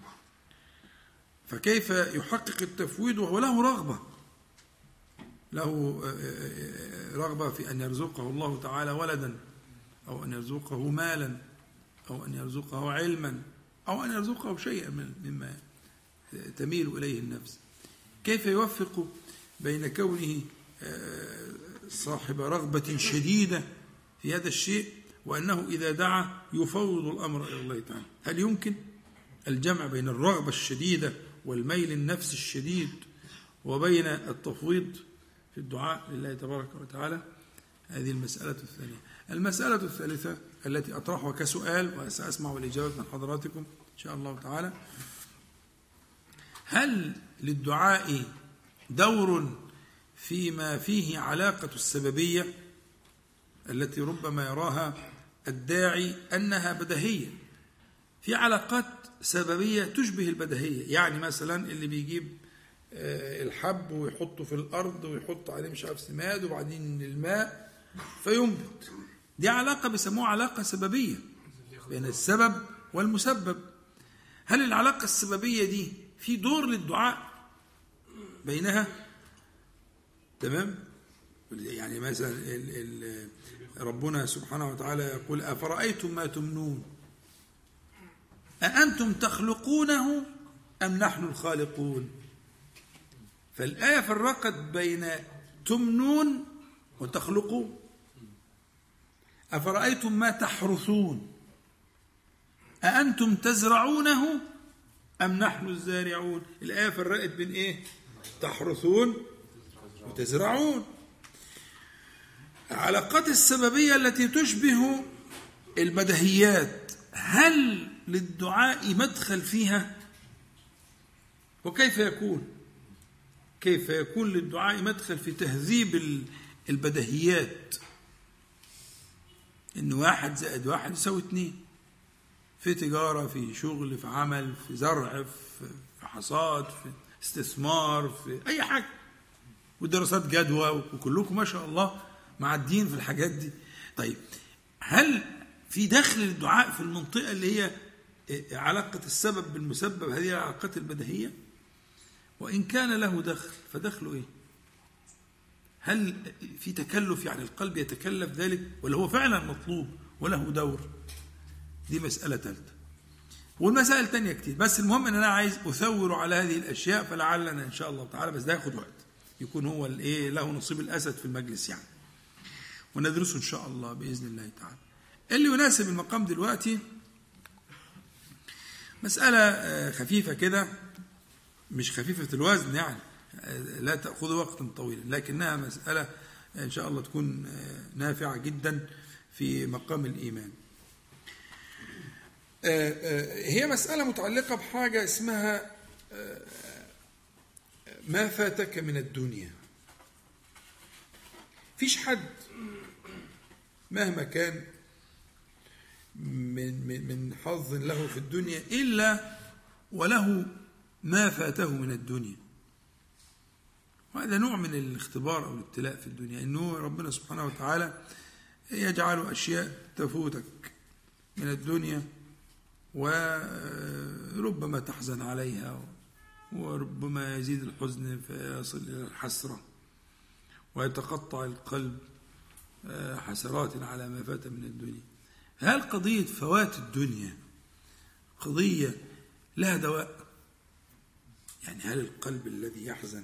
A: فكيف يحقق التفويض وهو له رغبة، له رغبة في أن يرزقه الله تعالى ولدا، أو أن يرزقه مالا، أو أن يرزقه علما، أو أن يرزقه شيئا مما تميل إليه النفس. كيف يوفق بين كونه صاحب رغبة شديدة في هذا الشيء وأنه إذا دعا يفوض الأمر إلى الله تعالى؟ هل يمكن الجمع بين الرغبة الشديدة والميل النفس الشديد وبين التفويض في الدعاء لله تبارك وتعالى؟ هذه المسألة الثانية. المسألة الثالثة التي أطرحها كسؤال وسأسمع الإجابة من حضراتكم إن شاء الله تعالى: هل للدعاء دور فيما فيه علاقة السببية التي ربما يراها الداعي أنها بديهية؟ في علاقات سببية تشبه البديهية، يعني مثلا اللي بيجيب الحب ويحطه في الأرض ويحط عليه مش عارف سماد وبعدين الماء فينبت، دي علاقة بيسموها علاقة سببية بين السبب والمسبب. هل العلاقة السببية دي في دور للدعاء بينها؟ تمام؟ يعني مثلا ال ال ربنا سبحانه وتعالى يقول أفرأيتم ما تمنون أأنتم تخلقونه أم نحن الخالقون؟ فالآية فرقت بين تمنون وتخلقون. أفرأيتم ما تحرثون أأنتم تزرعونه أم نحن الزارعون؟ الآية فرقت بين إيه؟ تحرثون وتزرعون. العلاقات السببية التي تشبه البديهيات هل للدعاء مدخل فيها؟ وكيف يكون؟ كيف يكون للدعاء مدخل في تهذيب البديهيات؟ إن واحد زائد واحد يساوي اتنين، في تجارة، في شغل، في عمل، في زرع، في حصاد، في استثمار، في أي حاجة، ودراسات جدوى، وكلكم ما شاء الله معدين في الحاجات دي. طيب هل في دخل الدعاء في المنطقة اللي هي علاقة السبب بالمسبب، هذه العلاقات البديهية؟ وإن كان له دخل فدخله إيه؟ هل في تكلف، يعني القلب يتكلف ذلك، ولا هو فعلا مطلوب وله دور؟ دي مسألة ثالثة، والمسائل تانية كتير، بس المهم أن أنا عايز أثور على هذه الأشياء، فلعلنا إن شاء الله تعالى، بس ده ياخد وقت، يكون هو الإيه له نصيب الأسد في المجلس يعني، وندرسه إن شاء الله بإذن الله تعالى. اللي يناسب المقام دلوقتي مسألة خفيفة كده، مش خفيفة الوزن يعني، لا تأخذ وقتا طويلا، لكنها مسألة إن شاء الله تكون نافعة جدا في مقام الإيمان. هي مسألة متعلقة بحاجة اسمها ما فاتك من الدنيا. فيش حد مهما كان من من من حظ له في الدنيا إلا وله ما فاته من الدنيا. وهذا نوع من الاختبار أو الابتلاء في الدنيا، إنه ربنا سبحانه وتعالى يجعل أشياء تفوتك من الدنيا وربما تحزن عليها، وربما يزيد الحزن فيصل إلى الحسرة ويتقطع القلب حسرات على ما فات من الدنيا. هل قضية فوات الدنيا قضية لها دواء؟ يعني هل القلب الذي يحزن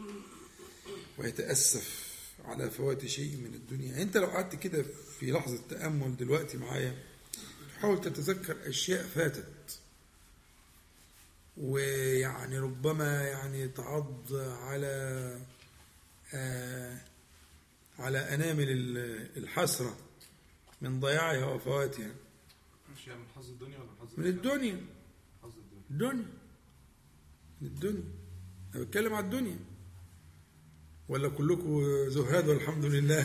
A: ويتأسف على فوات شيء من الدنيا، أنت لو قعدت كده في لحظة تأمل دلوقتي معايا تحاول تتذكر أشياء فاتت، ويعني ربما يعني تعض على آه على أنامل الحسرة من ضياعها وفواتها.
C: أشياء من حظ الدنيا ولا حظ
A: من الدنيا؟
C: حظ الدنيا.
A: الدنيا من الدنيا. أنا بتكلم على الدنيا، ولا كلكم زهاد والحمد لله؟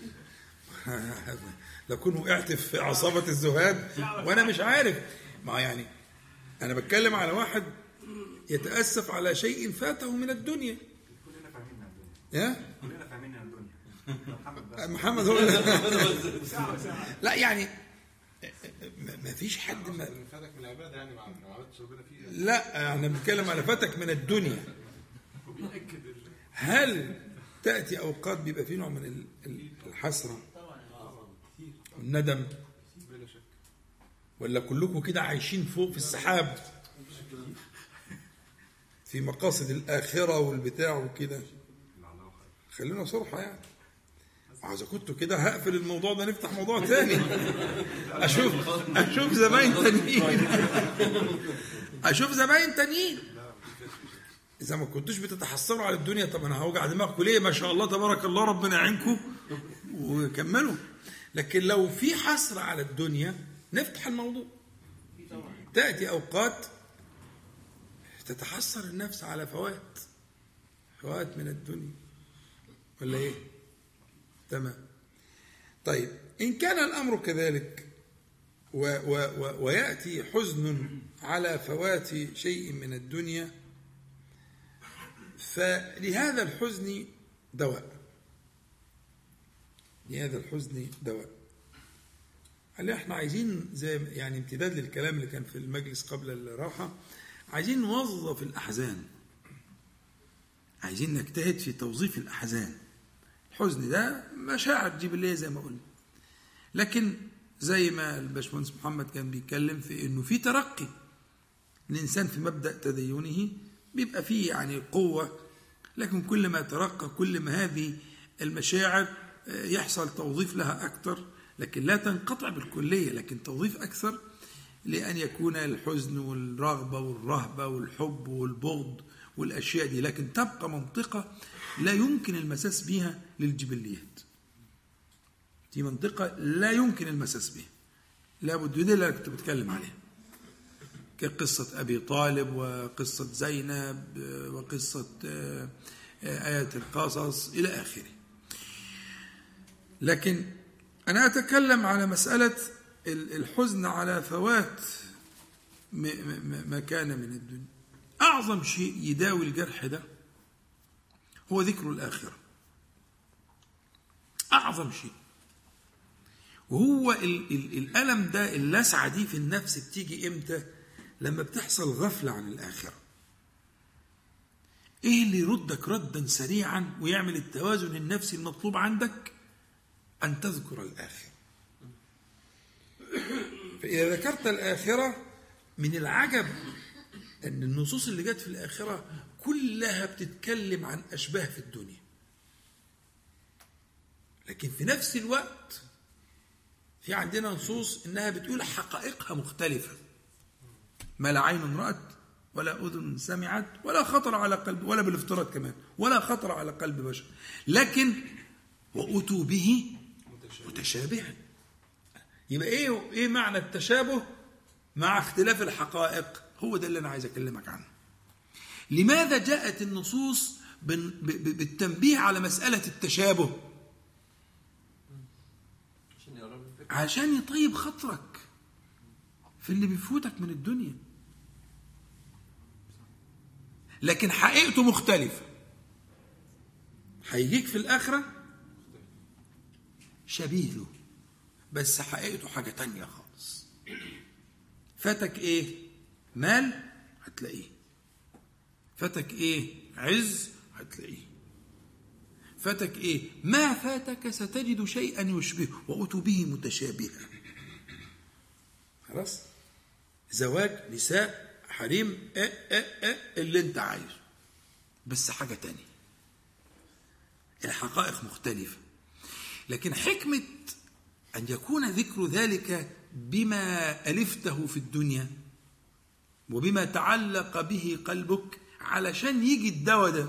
A: لكن وقعت في عصابة الزهاد وأنا مش عارف. ما يعني أنا بتكلم على واحد يتأسف على شيء فاته من الدنيا.
D: كلنا فاهمين عن الدنيا.
A: يا
D: كلنا فاهمين عن الدنيا.
A: محمد هو لا يعني ما فيش حد ما
C: فاتك من العبادة يعني ما عملتش ربنا فيه.
A: لا احنا بنتكلم على فاتك من الدنيا. هل تأتي أوقات بيبقى فيه نوع من الحسرة والندم، ولا كلكم كده عايشين فوق في السحاب في مقاصد الآخرة والبتاع وكده؟ خلينا صرحة يعني. عايز كنت كده هقفل الموضوع ده نفتح موضوع تاني. اشوف اشوف زباين تانيين اشوف زباين تانيين اذا ما كنتوش بتتحسروا على الدنيا. طب انا هوجع دماغكم ليه؟ ما شاء الله تبارك الله ربنا يعينكم وكملوا. لكن لو في حسرة على الدنيا نفتح الموضوع. تأتي أوقات تتحسر النفس على فوات فوات من الدنيا، ولا ايه؟ تمام. طيب إن كان الأمر كذلك و و و ويأتي حزن على فوات شيء من الدنيا، فلهذا الحزن دواء. لهذا الحزن دواء. هل احنا عايزين زي يعني امتداد للكلام اللي كان في المجلس قبل الراحة، عايزين نوظف الأحزان، عايزين نجتهد في توظيف الأحزان. الحزن ده مشاعر جبلية زي ما قلنا، لكن زي ما الباشمهندس محمد كان بيتكلم في انه في ترقي الانسان في مبدأ تدينه، بيبقى فيه يعني قوة، لكن كل ما ترقى كل ما هذه المشاعر يحصل توظيف لها أكثر، لكن لا تنقطع بالكلية، لكن توظيف أكثر لأن يكون الحزن والرغبة والرهبة والحب والبغض والأشياء دي، لكن تبقى منطقة لا يمكن المساس بها للجبليات. دي منطقة لا يمكن المساس بها، لابد دي اللي كنت بتكلم عليها، كقصة أبي طالب وقصة زينب وقصة آيات القصص إلى آخره. لكن أنا أتكلم على مسألة الحزن على فوات ما كان من الدنيا. أعظم شيء يداوي الجرح ده هو ذكر الآخرة، أعظم شيء. وهو ال ال الألم ده، اللسعة دي في النفس بتيجي إمتى؟ لما بتحصل غفلة عن الآخرة. إيه اللي يردك ردا سريعا ويعمل التوازن النفسي المطلوب عندك؟ أن تذكر الآخرة. فإذا ذكرت الآخرة، من العجب أن النصوص اللي جت في الآخرة كلها بتتكلم عن أشباه في الدنيا، لكن في نفس الوقت في عندنا نصوص إنها بتقول حقائقها مختلفة، ما لا عين رأت ولا أذن سمعت ولا خطر على قلب، ولا بالافتراض كمان، ولا خطر على قلب بشر، لكن وأتوا به متشابها. يبقى إيه إيه معنى التشابه مع اختلاف الحقائق؟ هو ده اللي أنا عايز أكلمك عنه. لماذا جاءت النصوص بالتنبيه على مسألة التشابه؟ عشان يطيب خاطرك، في اللي بيفوتك من الدنيا، لكن حقيقته مختلفة. هيجيك في الآخرة شبيه له، بس حقيقته حاجة تانية خالص. فاتك ايه؟ مال، هتلاقيه. فاتك ايه؟ عز، هتلاقيه. فاتك ايه؟ ما فاتك ستجد شيئا يشبهه وأتوا به متشابها. خلاص؟ زواج، نساء، حريم، اه اه اه اللي انت عايزه، بس حاجة تانية. الحقائق مختلفة. لكن حكمة أن يكون ذكر ذلك بما ألفته في الدنيا وبما تعلق به قلبك، علشان يجي الدواء ده،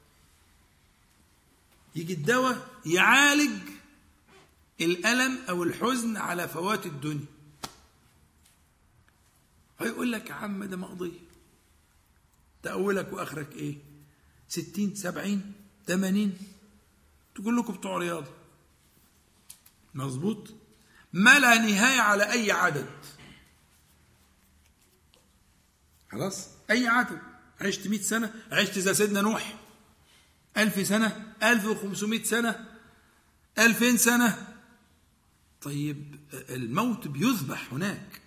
A: يجي الدواء يعالج الألم أو الحزن على فوات الدنيا. هيقول لك يا عم ده مقضي، تأولك وآخرك إيه؟ ستين، سبعين، ثمانين، تقول لكم بتوع رياضة، مظبوط؟ ما لا نهاية على أي عدد. خلاص؟ أي عدد. عشت مئة سنة، عشت زي سيدنا نوح ألف سنة، ألف وخمسمائة سنة، ألفين سنة. طيب الموت بيذبح هناك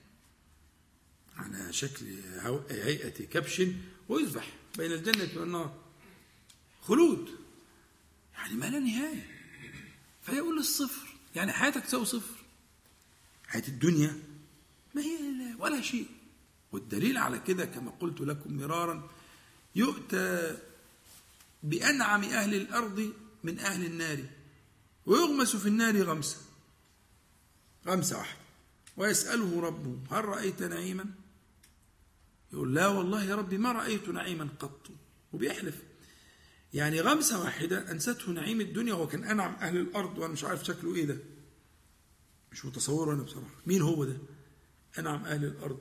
A: على شكل هيئة كبش ويذبح بين الجنة والنار، خلود يعني ما لا نهاية. فيقول الصفر، يعني حياتك تساوي صفر. حياة الدنيا ما هي ولا شيء. والدليل على كده كما قلت لكم مرارا، يؤتى بأنعم أهل الأرض من أهل النار ويغمس في النار غمسة غمسة واحدة، ويسأله ربه هل رأيت نعيما؟ يقول لا والله يا ربي ما رأيت نعيما قط، وبيحلف. يعني غمسة واحدة أنسته نعيم الدنيا، وهو كان أنعم أهل الأرض وأنا مش عارف شكله إيه ده، مش متصوره أنا بصراحة مين هو ده أنعم أهل الأرض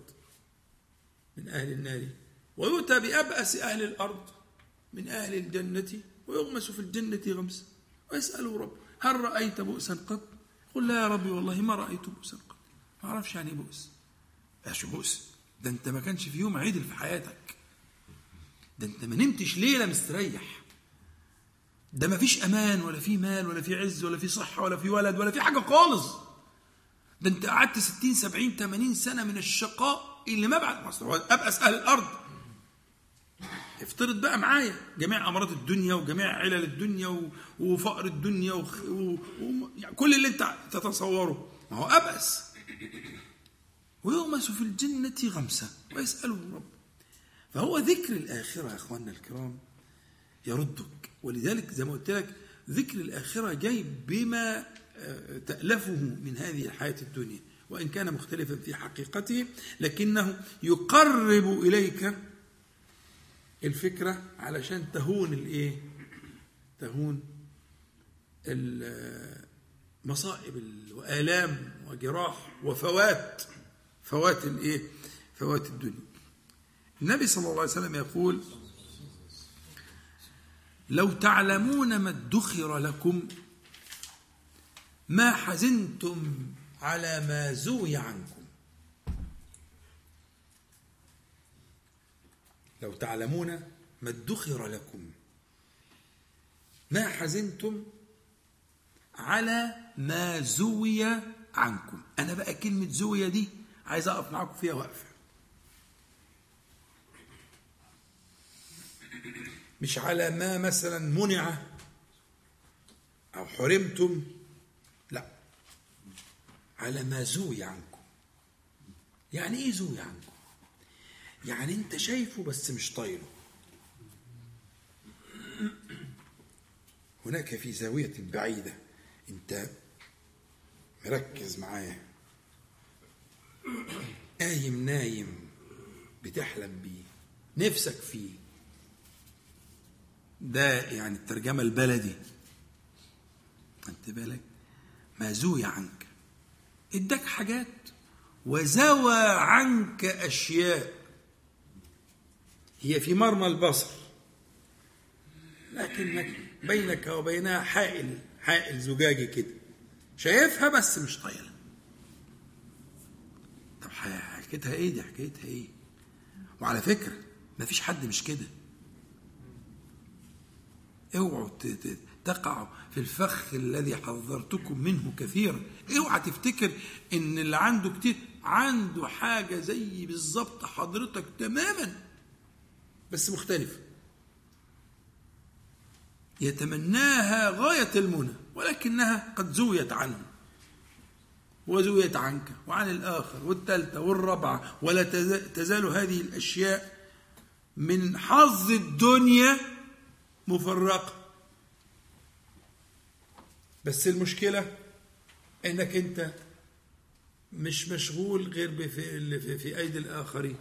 A: من أهل النار. ويؤتى بأبأس أهل الأرض من أهل الجنة ويغمس في الجنة غمسة، ويسأله رب هل رأيت بؤسا قط؟ قل لا يا ربي والله ما رأيت بؤسا قط. ما أعرفش يعني بؤس. ايش بؤس؟ ده أنت ما كانش في يوم عدل في حياتك، ده أنت ما نمتش ليلة مستريح، ده ما فيش أمان ولا في مال ولا في عز ولا في صحة ولا في ولد ولا في حاجة خالص. ده أنت قعدت ستين سبعين ثمانين سنة من الشقاء اللي ما بعد مصر. أبأس أهل الأرض. افترض بقى معايا جميع أمراض الدنيا وجميع علل الدنيا وفقر الدنيا وخ... و... و... يعني كل اللي أنت تتصوره، ما هو أبأس. ويغمس في الجنة غمسة ويسأله رب. فهو ذكر الآخرة يا أخواننا الكرام يردك. ولذلك زي ما قلت لك ذكر الآخرة جاي بما تألفه من هذه الحياة الدنيا، وإن كان مختلفا في حقيقته، لكنه يقرب إليك الفكرة علشان تهون الإيه؟ تهون المصائب وآلام وجراح وفوات فوات الإيه؟ فوات الدنيا. النبي صلى الله عليه وسلم يقول لو تعلمون ما ادخر لكم ما حزنتم على ما زوي عنكم. لو تعلمون ما ادخر لكم ما حزنتم على ما زوي عنكم. أنا بقى كلمة زوية دي عايز أقف معاكم فيها وقفة. مش على ما مثلا منع أو حرمتم، لا، على ما زوي عنكم. يعني إيه زوي عنكم؟ يعني أنت شايفه بس مش طايله. هناك في زاوية بعيدة أنت مركز معاه، قايم نايم بتحلم بيه، نفسك فيه. ده يعني الترجمة البلدي. أنت بالك ما زوي عنك، اداك حاجات وزوى عنك أشياء هي في مرمى البصر، لكنك بينك وبينها حائل حائل زجاجي كده، شايفها بس مش طايلة. طب حكايتها ايه دي؟ حكايتها ايه؟ وعلى فكرة ما فيش حد مش كده. اوعوا تقعوا في الفخ الذي حذرتكم منه كثيرا. اوعى تفتكر ان اللي عنده كتير عنده حاجة زي بالظبط حضرتك تماما بس مختلفة، يتمناها غاية المنى ولكنها قد زويت عنه وزويت عنك وعن الآخر والثالثة والرابعة، ولا تزال هذه الأشياء من حظ الدنيا مفرقة. بس المشكلة انك انت مش مشغول غير في, في ايدي الاخرين.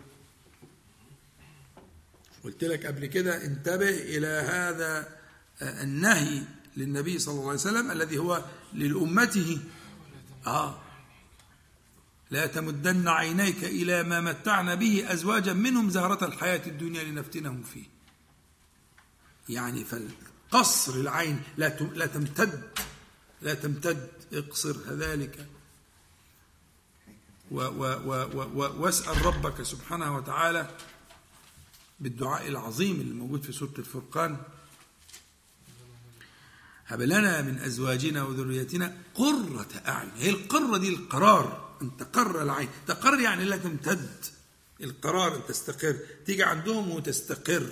A: قلت لك قبل كده انتبه الى هذا النهي للنبي صلى الله عليه وسلم الذي هو للأمته. آه لا تمدن عينيك إلى ما متعنا به أزواجا منهم زهرة الحياة الدنيا لنفتنهم فيه. يعني فالقصر العين لا لا تمتد لا تمتد اقصر ذلك و و و واسأل ربك سبحانه وتعالى بالدعاء العظيم اللي موجود في سورة الفرقان: هب لنا من أزواجنا وذريتنا قرة أعين. هي القرة دي القرار، أن تقر العين. تقر يعني لا تمتد، القرار أن تستقر، تيجي عندهم وتستقر.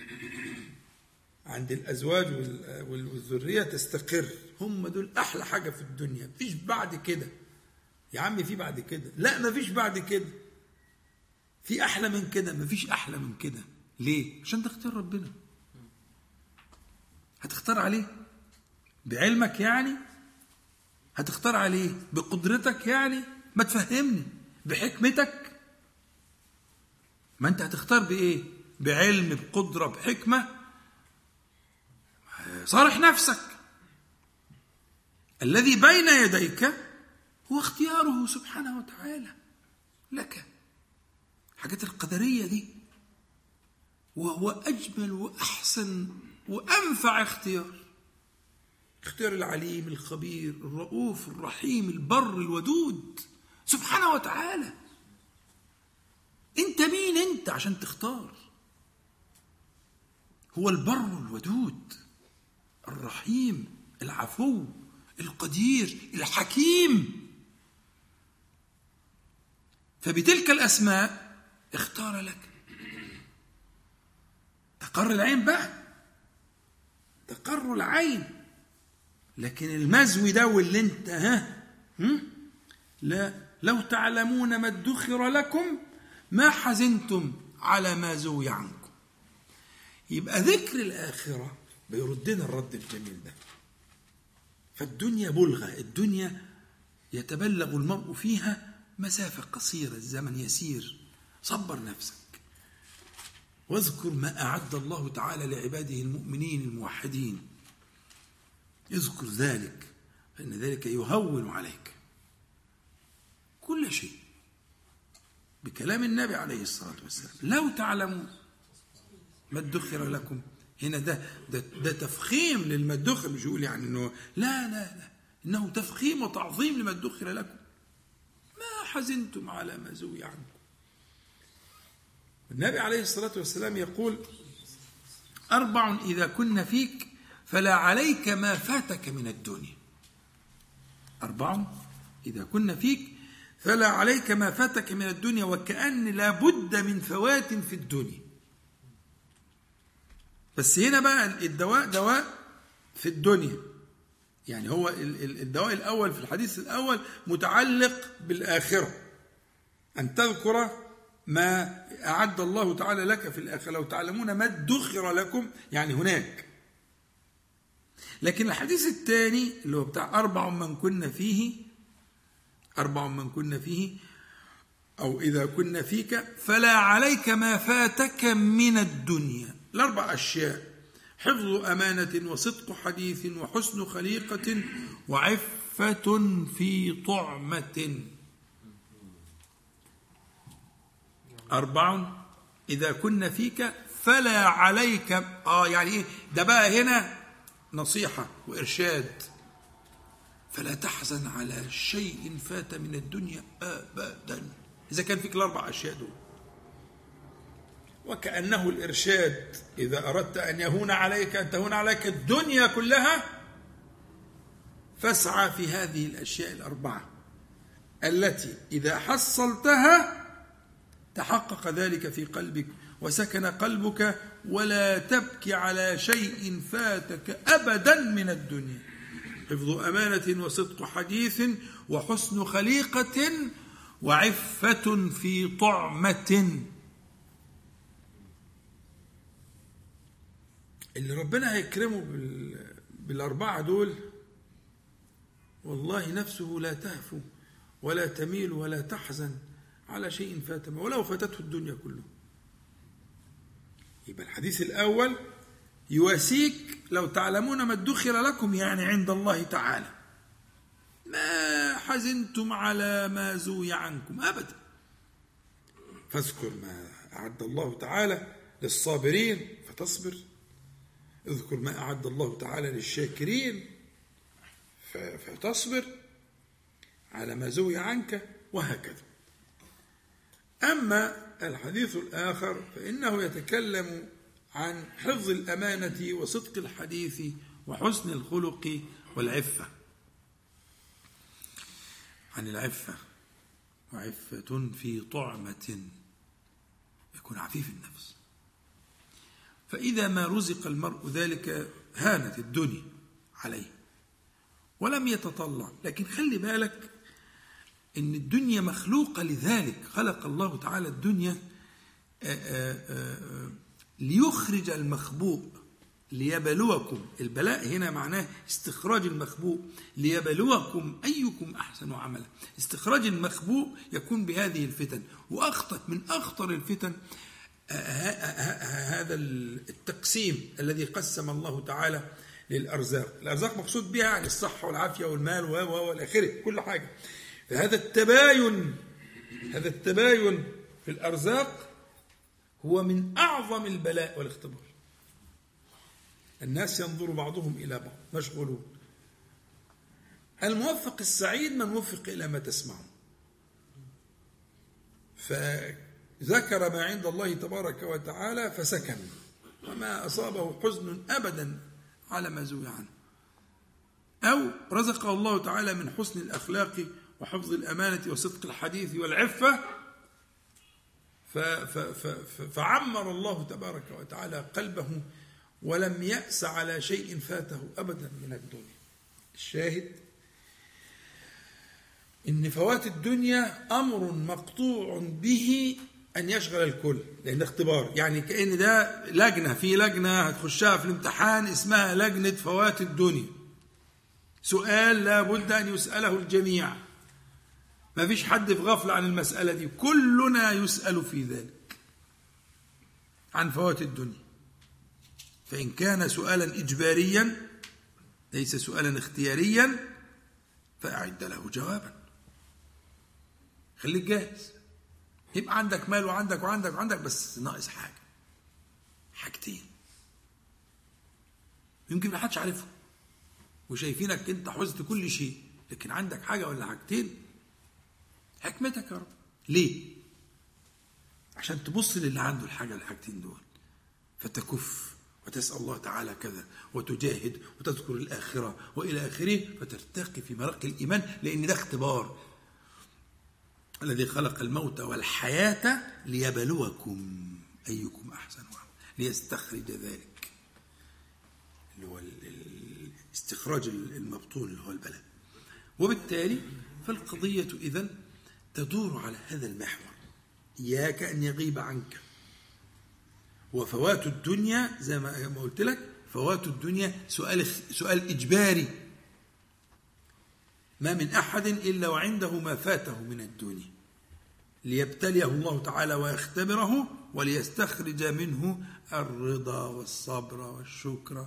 A: عند الأزواج والذرية تستقر، هم دول أحلى حاجة في الدنيا. مفيش بعد كده يا عمي، في بعد كده؟ لا مفيش بعد كده. في أحلى من كده؟ مفيش أحلى من كده. ليه؟ عشان تختار ربنا. هتختار عليه بعلمك يعني؟ هتختار عليه بقدرتك يعني؟ ما تفهمني بحكمتك. ما انت هتختار بايه؟ بعلم، بقدرة، بحكمة. صارح نفسك. الذي بين يديك هو اختياره سبحانه وتعالى لك. حاجات القدرية دي وهو أجمل وأحسن وأنفع اختيار. اختيار العليم الخبير الرؤوف الرحيم البر الودود سبحانه وتعالى. انت مين انت عشان تختار؟ هو البر الودود الرحيم العفو القدير الحكيم. فبتلك الأسماء اختار لك. تقر العين بقى، تقر العين. لكن المزوي ده واللي انت ها هم؟ لا لو تعلمون ما ادخر لكم ما حزنتم على ما زوي عنكم. يبقى ذكر الآخرة بيردنا الرد الجميل ده. فالدنيا بلغة، الدنيا يتبلغ المرء فيها مسافة قصيرة، الزمن يسير. صبر نفسك واذكر ما أعد الله تعالى لعباده المؤمنين الموحدين. اذكر ذلك فإن ذلك يهون عليك كل شيء بكلام النبي عليه الصلاة والسلام. لو تعلموا ما ادخر لكم. هنا ده, ده, ده تفخيم للما ادخر، مش يقول يعني انه لا لا لا، انه تفخيم وتعظيم لما ادخر لكم. ما حزنتم على ما زوي عنكم. النبي عليه الصلاة والسلام يقول: أربع إذا كن فيك فلا عليك ما فاتك من الدنيا. أربع إذا كن فيك فلا عليك ما فاتك من الدنيا، وكأن لا بد من فوات في الدنيا. بس هنا بقى الدواء دواء في الدنيا. يعني هو الدواء الأول في الحديث الأول متعلق بالآخرة، أن تذكر ما أعد الله تعالى لك في الآخرة. لو تعلمون ما ادخر لكم يعني هناك. لكن الحديث الثاني اللي هو بتاع أربع من كنا فيه، أربع من كنا فيه أو إذا كنا فيك فلا عليك ما فاتك من الدنيا. الأربع أشياء: حفظ أمانة وصدق حديث وحسن خليقة وعفة في طعمة. أربع إذا كنا فيك فلا عليك. آه يعني إيه ده بقى؟ هنا نصيحة وإرشاد. فلا تحزن على شيء فات من الدنيا أبدا. إذا كان فيك الأربع أشياء دول. وكأنه الإرشاد إذا أردت أن يهون عليك أن تهون عليك الدنيا كلها فاسعى في هذه الأشياء الأربعة التي إذا حصلتها تحقق ذلك في قلبك وسكن قلبك ولا تبكي على شيء فاتك أبدا من الدنيا. حفظ أمانة وصدق حديث وحسن خليقة وعفة في طعمة. اللي ربنا هيكرمه بالأربعة دول والله نفسه لا تهفو ولا تميل ولا تحزن على شيء فات ولو فاتته الدنيا كله. يبقى الحديث الأول يواسيك لو تعلمون ما ادخر لكم يعني عند الله تعالى ما حزنتم على ما زوي عنكم أبدا، فاذكر ما أعد الله تعالى للصابرين فتصبر، اذكر ما أعد الله تعالى للشاكرين فتصبر على ما زوي عنك، وهكذا. أما الحديث الآخر فإنه يتكلم عن حفظ الأمانة وصدق الحديث وحسن الخلق والعفة. عن العفة وعفة في طعمة، يكون عفيف النفس. فإذا ما رزق المرء ذلك هانت الدنيا عليه ولم يتطلع. لكن خلي بالك إن الدنيا مخلوقة لذلك، خلق الله تعالى الدنيا آآ آآ ليخرج المخبوء ليبلوكم. البلاء هنا معناه استخراج المخبوء، ليبلوكم أيكم أحسن عملا. استخراج المخبوء يكون بهذه الفتن، وأخطر من أخطر الفتن هذا التقسيم الذي قسم الله تعالى للأرزاق. الأرزاق مقصود بها عن الصحة والعافية والمال والآخرة كل حاجة. فهذا التباين هذا التباين في الأرزاق هو من أعظم البلاء والاختبار. الناس ينظر بعضهم إلى بعض مشغولون. الموفق السعيد من وفق إلى ما تسمعون. فذكر ما عند الله تبارك وتعالى فسكن، وما أصابه حزن أبدا على ما زوي عنه. أو رزقه الله تعالى من حسن الأخلاق وحفظ الأمانة وصدق الحديث والعفة فعمر الله تبارك وتعالى قلبه ولم يأس على شيء فاته أبدا من الدنيا. الشاهد إن فوات الدنيا أمر مقطوع به أن يشغل الكل، لأن اختبار. يعني كأن ده لجنة، في لجنة هتخشها في الامتحان اسمها لجنة فوات الدنيا، سؤال لا بد أن يسأله الجميع، ما فيش حد في غفلة عن المسألة دي، كلنا يسأل في ذلك عن فوات الدنيا. فإن كان سؤالا إجباريا ليس سؤالا اختياريا فأعد له جوابا، خليك جاهز. يبقى عندك مال وعندك وعندك وعندك بس ناقص حاجة، حاجتين يمكن ما حدش عارفهم وشايفينك انت حزت كل شيء، لكن عندك حاجة ولا حاجتين. حكمتك يا رب ليه؟ عشان تبص للي عنده الحاجة الحاجتين دول فتكف وتسأل الله تعالى كذا وتجاهد وتذكر الآخرة وإلى آخره فترتقي في مرق الإيمان، لأن ده اختبار. الذي خلق الموت والحياة ليبلوكم أيكم أحسن عملا، ليستخرج ذلك اللي هو استخراج المبطون اللي هو البلاء. وبالتالي فالقضية إذن تدور على هذا المحور، إياك أن يغيب عنك. وفوات الدنيا زي ما قلت لك، فوات الدنيا سؤال سؤال إجباري، ما من أحد إلا وعنده ما فاته من الدنيا ليبتليه الله تعالى ويختبره وليستخرج منه الرضا والصبر والشكر،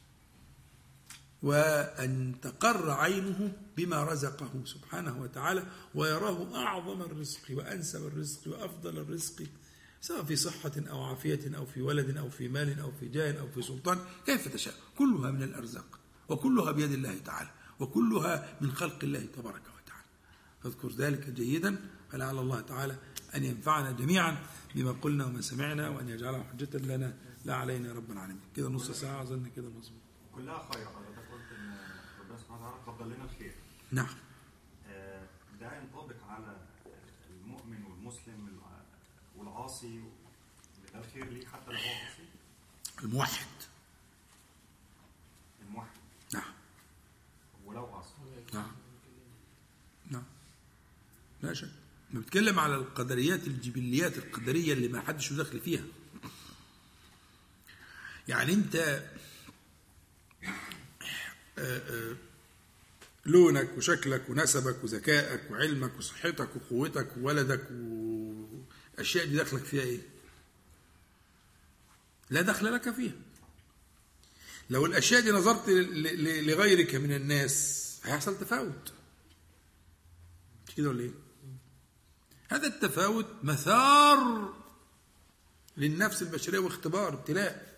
A: وأن تقر عينه بما رزقه سبحانه وتعالى ويراه أعظم الرزق وأنسب الرزق وأفضل الرزق، سواء في صحة أو عافية أو في ولد أو في مال أو في جاه أو في سلطان، كيف تشاء، كلها من الأرزاق وكلها بيد الله تعالى وكلها من خلق الله تبارك وتعالى. فاذكر ذلك جيدا فلعل الله تعالى أن ينفعنا جميعا بما قلنا وما سمعنا، وأن يجعله حجة لنا لا علينا يا رب العالمين. كده نص ساعة أظن كده مظبوط.
D: كلها خير. حضرتك قلت ان ربنا سبحانه وتعالى قدر لنا الخير.
A: نعم.
D: آه، ده ينطبق على المؤمن والمسلم والعاصي، ده الخير ليه حتى لو هو عاصي.
A: الموحد.
D: الموحد.
A: نعم.
D: ولو عاصي.
A: نعم. نعم. لا شك. بنتكلم على القدريات الجبليات القدرية اللي ما حدش دخل فيها. يعني انت آآ آآ لونك وشكلك ونسبك وذكائك وعلمك وصحتك وقوتك وولدك والاشياء دي دخلك فيها ايه؟ لا دخل لك فيها. لو الاشياء دي نظرت لغيرك من الناس هيحصل تفاوت كده ولا ايه؟ هذا التفاوت مثار للنفس البشرية واختبار ابتلاء.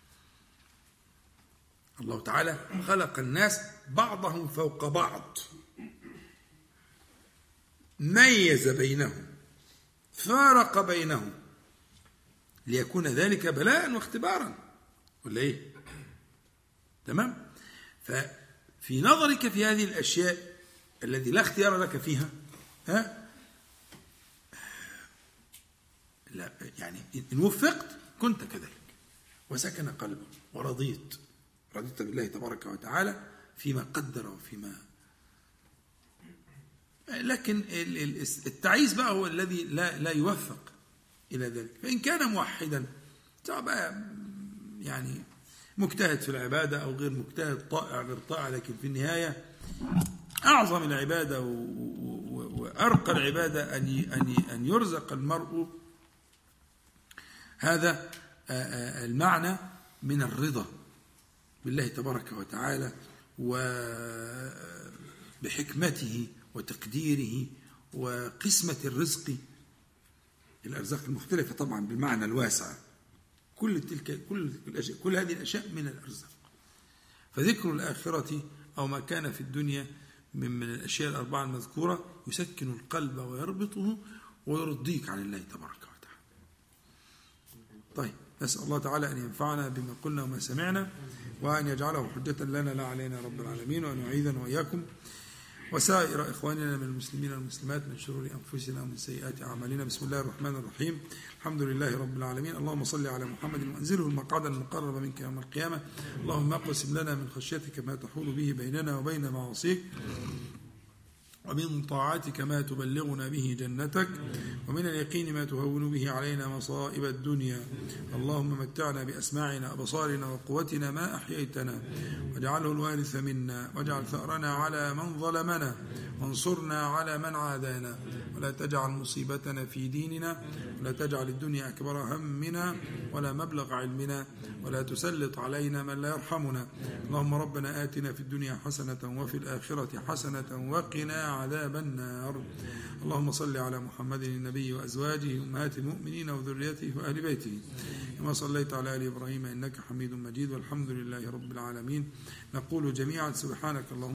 A: الله تعالى خلق الناس بعضهم فوق بعض، ميز بينهم، فارق بينهم، ليكون ذلك بلاء واختبارا ولا ايه؟ تمام؟ ففي نظرك في هذه الأشياء التي لا اختيار لك فيها، ها؟ لا يعني إن وفقت كنت كذلك وسكن قلبك ورضيت رضيت بالله تبارك وتعالى فيما قدر وفيما. لكن التعيس بقى هو الذي لا لا يوفق إلى ذلك. فإن كان موحدا بقى يعني مجتهد في العبادة أو غير مجتهد، طائع غير طائع، لكن في النهاية أعظم العبادة وأرقى العبادة أن أن يرزق المرء هذا المعنى من الرضا بالله تبارك وتعالى وبحكمته وتقديره وقسمة الرزق، الأرزاق المختلفة طبعا بالمعنى الواسع، كل تلك كل الأشياء كل هذه الأشياء من الأرزاق. فذكر الآخرة أو ما كان في الدنيا من من الأشياء الأربعة المذكورة يسكن القلب ويربطه ويرضيك عن الله تبارك وتعالى. طيب، نسأل الله تعالى أن ينفعنا بما قلنا وما سمعنا، وأن يجعله حجة لنا لا علينا رب العالمين، وأن يعيذنا وإياكم وسائر إخواننا من المسلمين والمسلمات من شرور أنفسنا ومن سيئات أعمالنا. بسم الله الرحمن الرحيم. الحمد لله رب العالمين. اللهم صل على محمد وأنزله المقعد المقرب منك يوم القيامة. اللهم اقسم لنا من خشيتك ما تحول به بيننا وبين معاصيك، ومن طاعتك ما تبلغنا به جنتك، ومن اليقين ما تهون به علينا مصائب الدنيا. اللهم متعنا بأسماعنا وأبصارنا وقوتنا ما أحييتنا، واجعله الوارث منا، واجعل ثأرنا على من ظلمنا، وانصرنا على من عادانا، ولا تجعل مصيبتنا في ديننا، ولا تجعل الدنيا أكبر همنا ولا مبلغ علمنا، ولا تسلط علينا من لا يرحمنا. اللهم ربنا آتنا في الدنيا حسنة وفي الآخرة حسنة وقنا عذاب النار. اللهم صل على محمد النبي وأزواجه أمهات المؤمنين وذريته وأهل بيته كما صليت على آل إبراهيم إنك حميد مجيد، والحمد لله رب العالمين. نقول جميعا سبحانك اللهم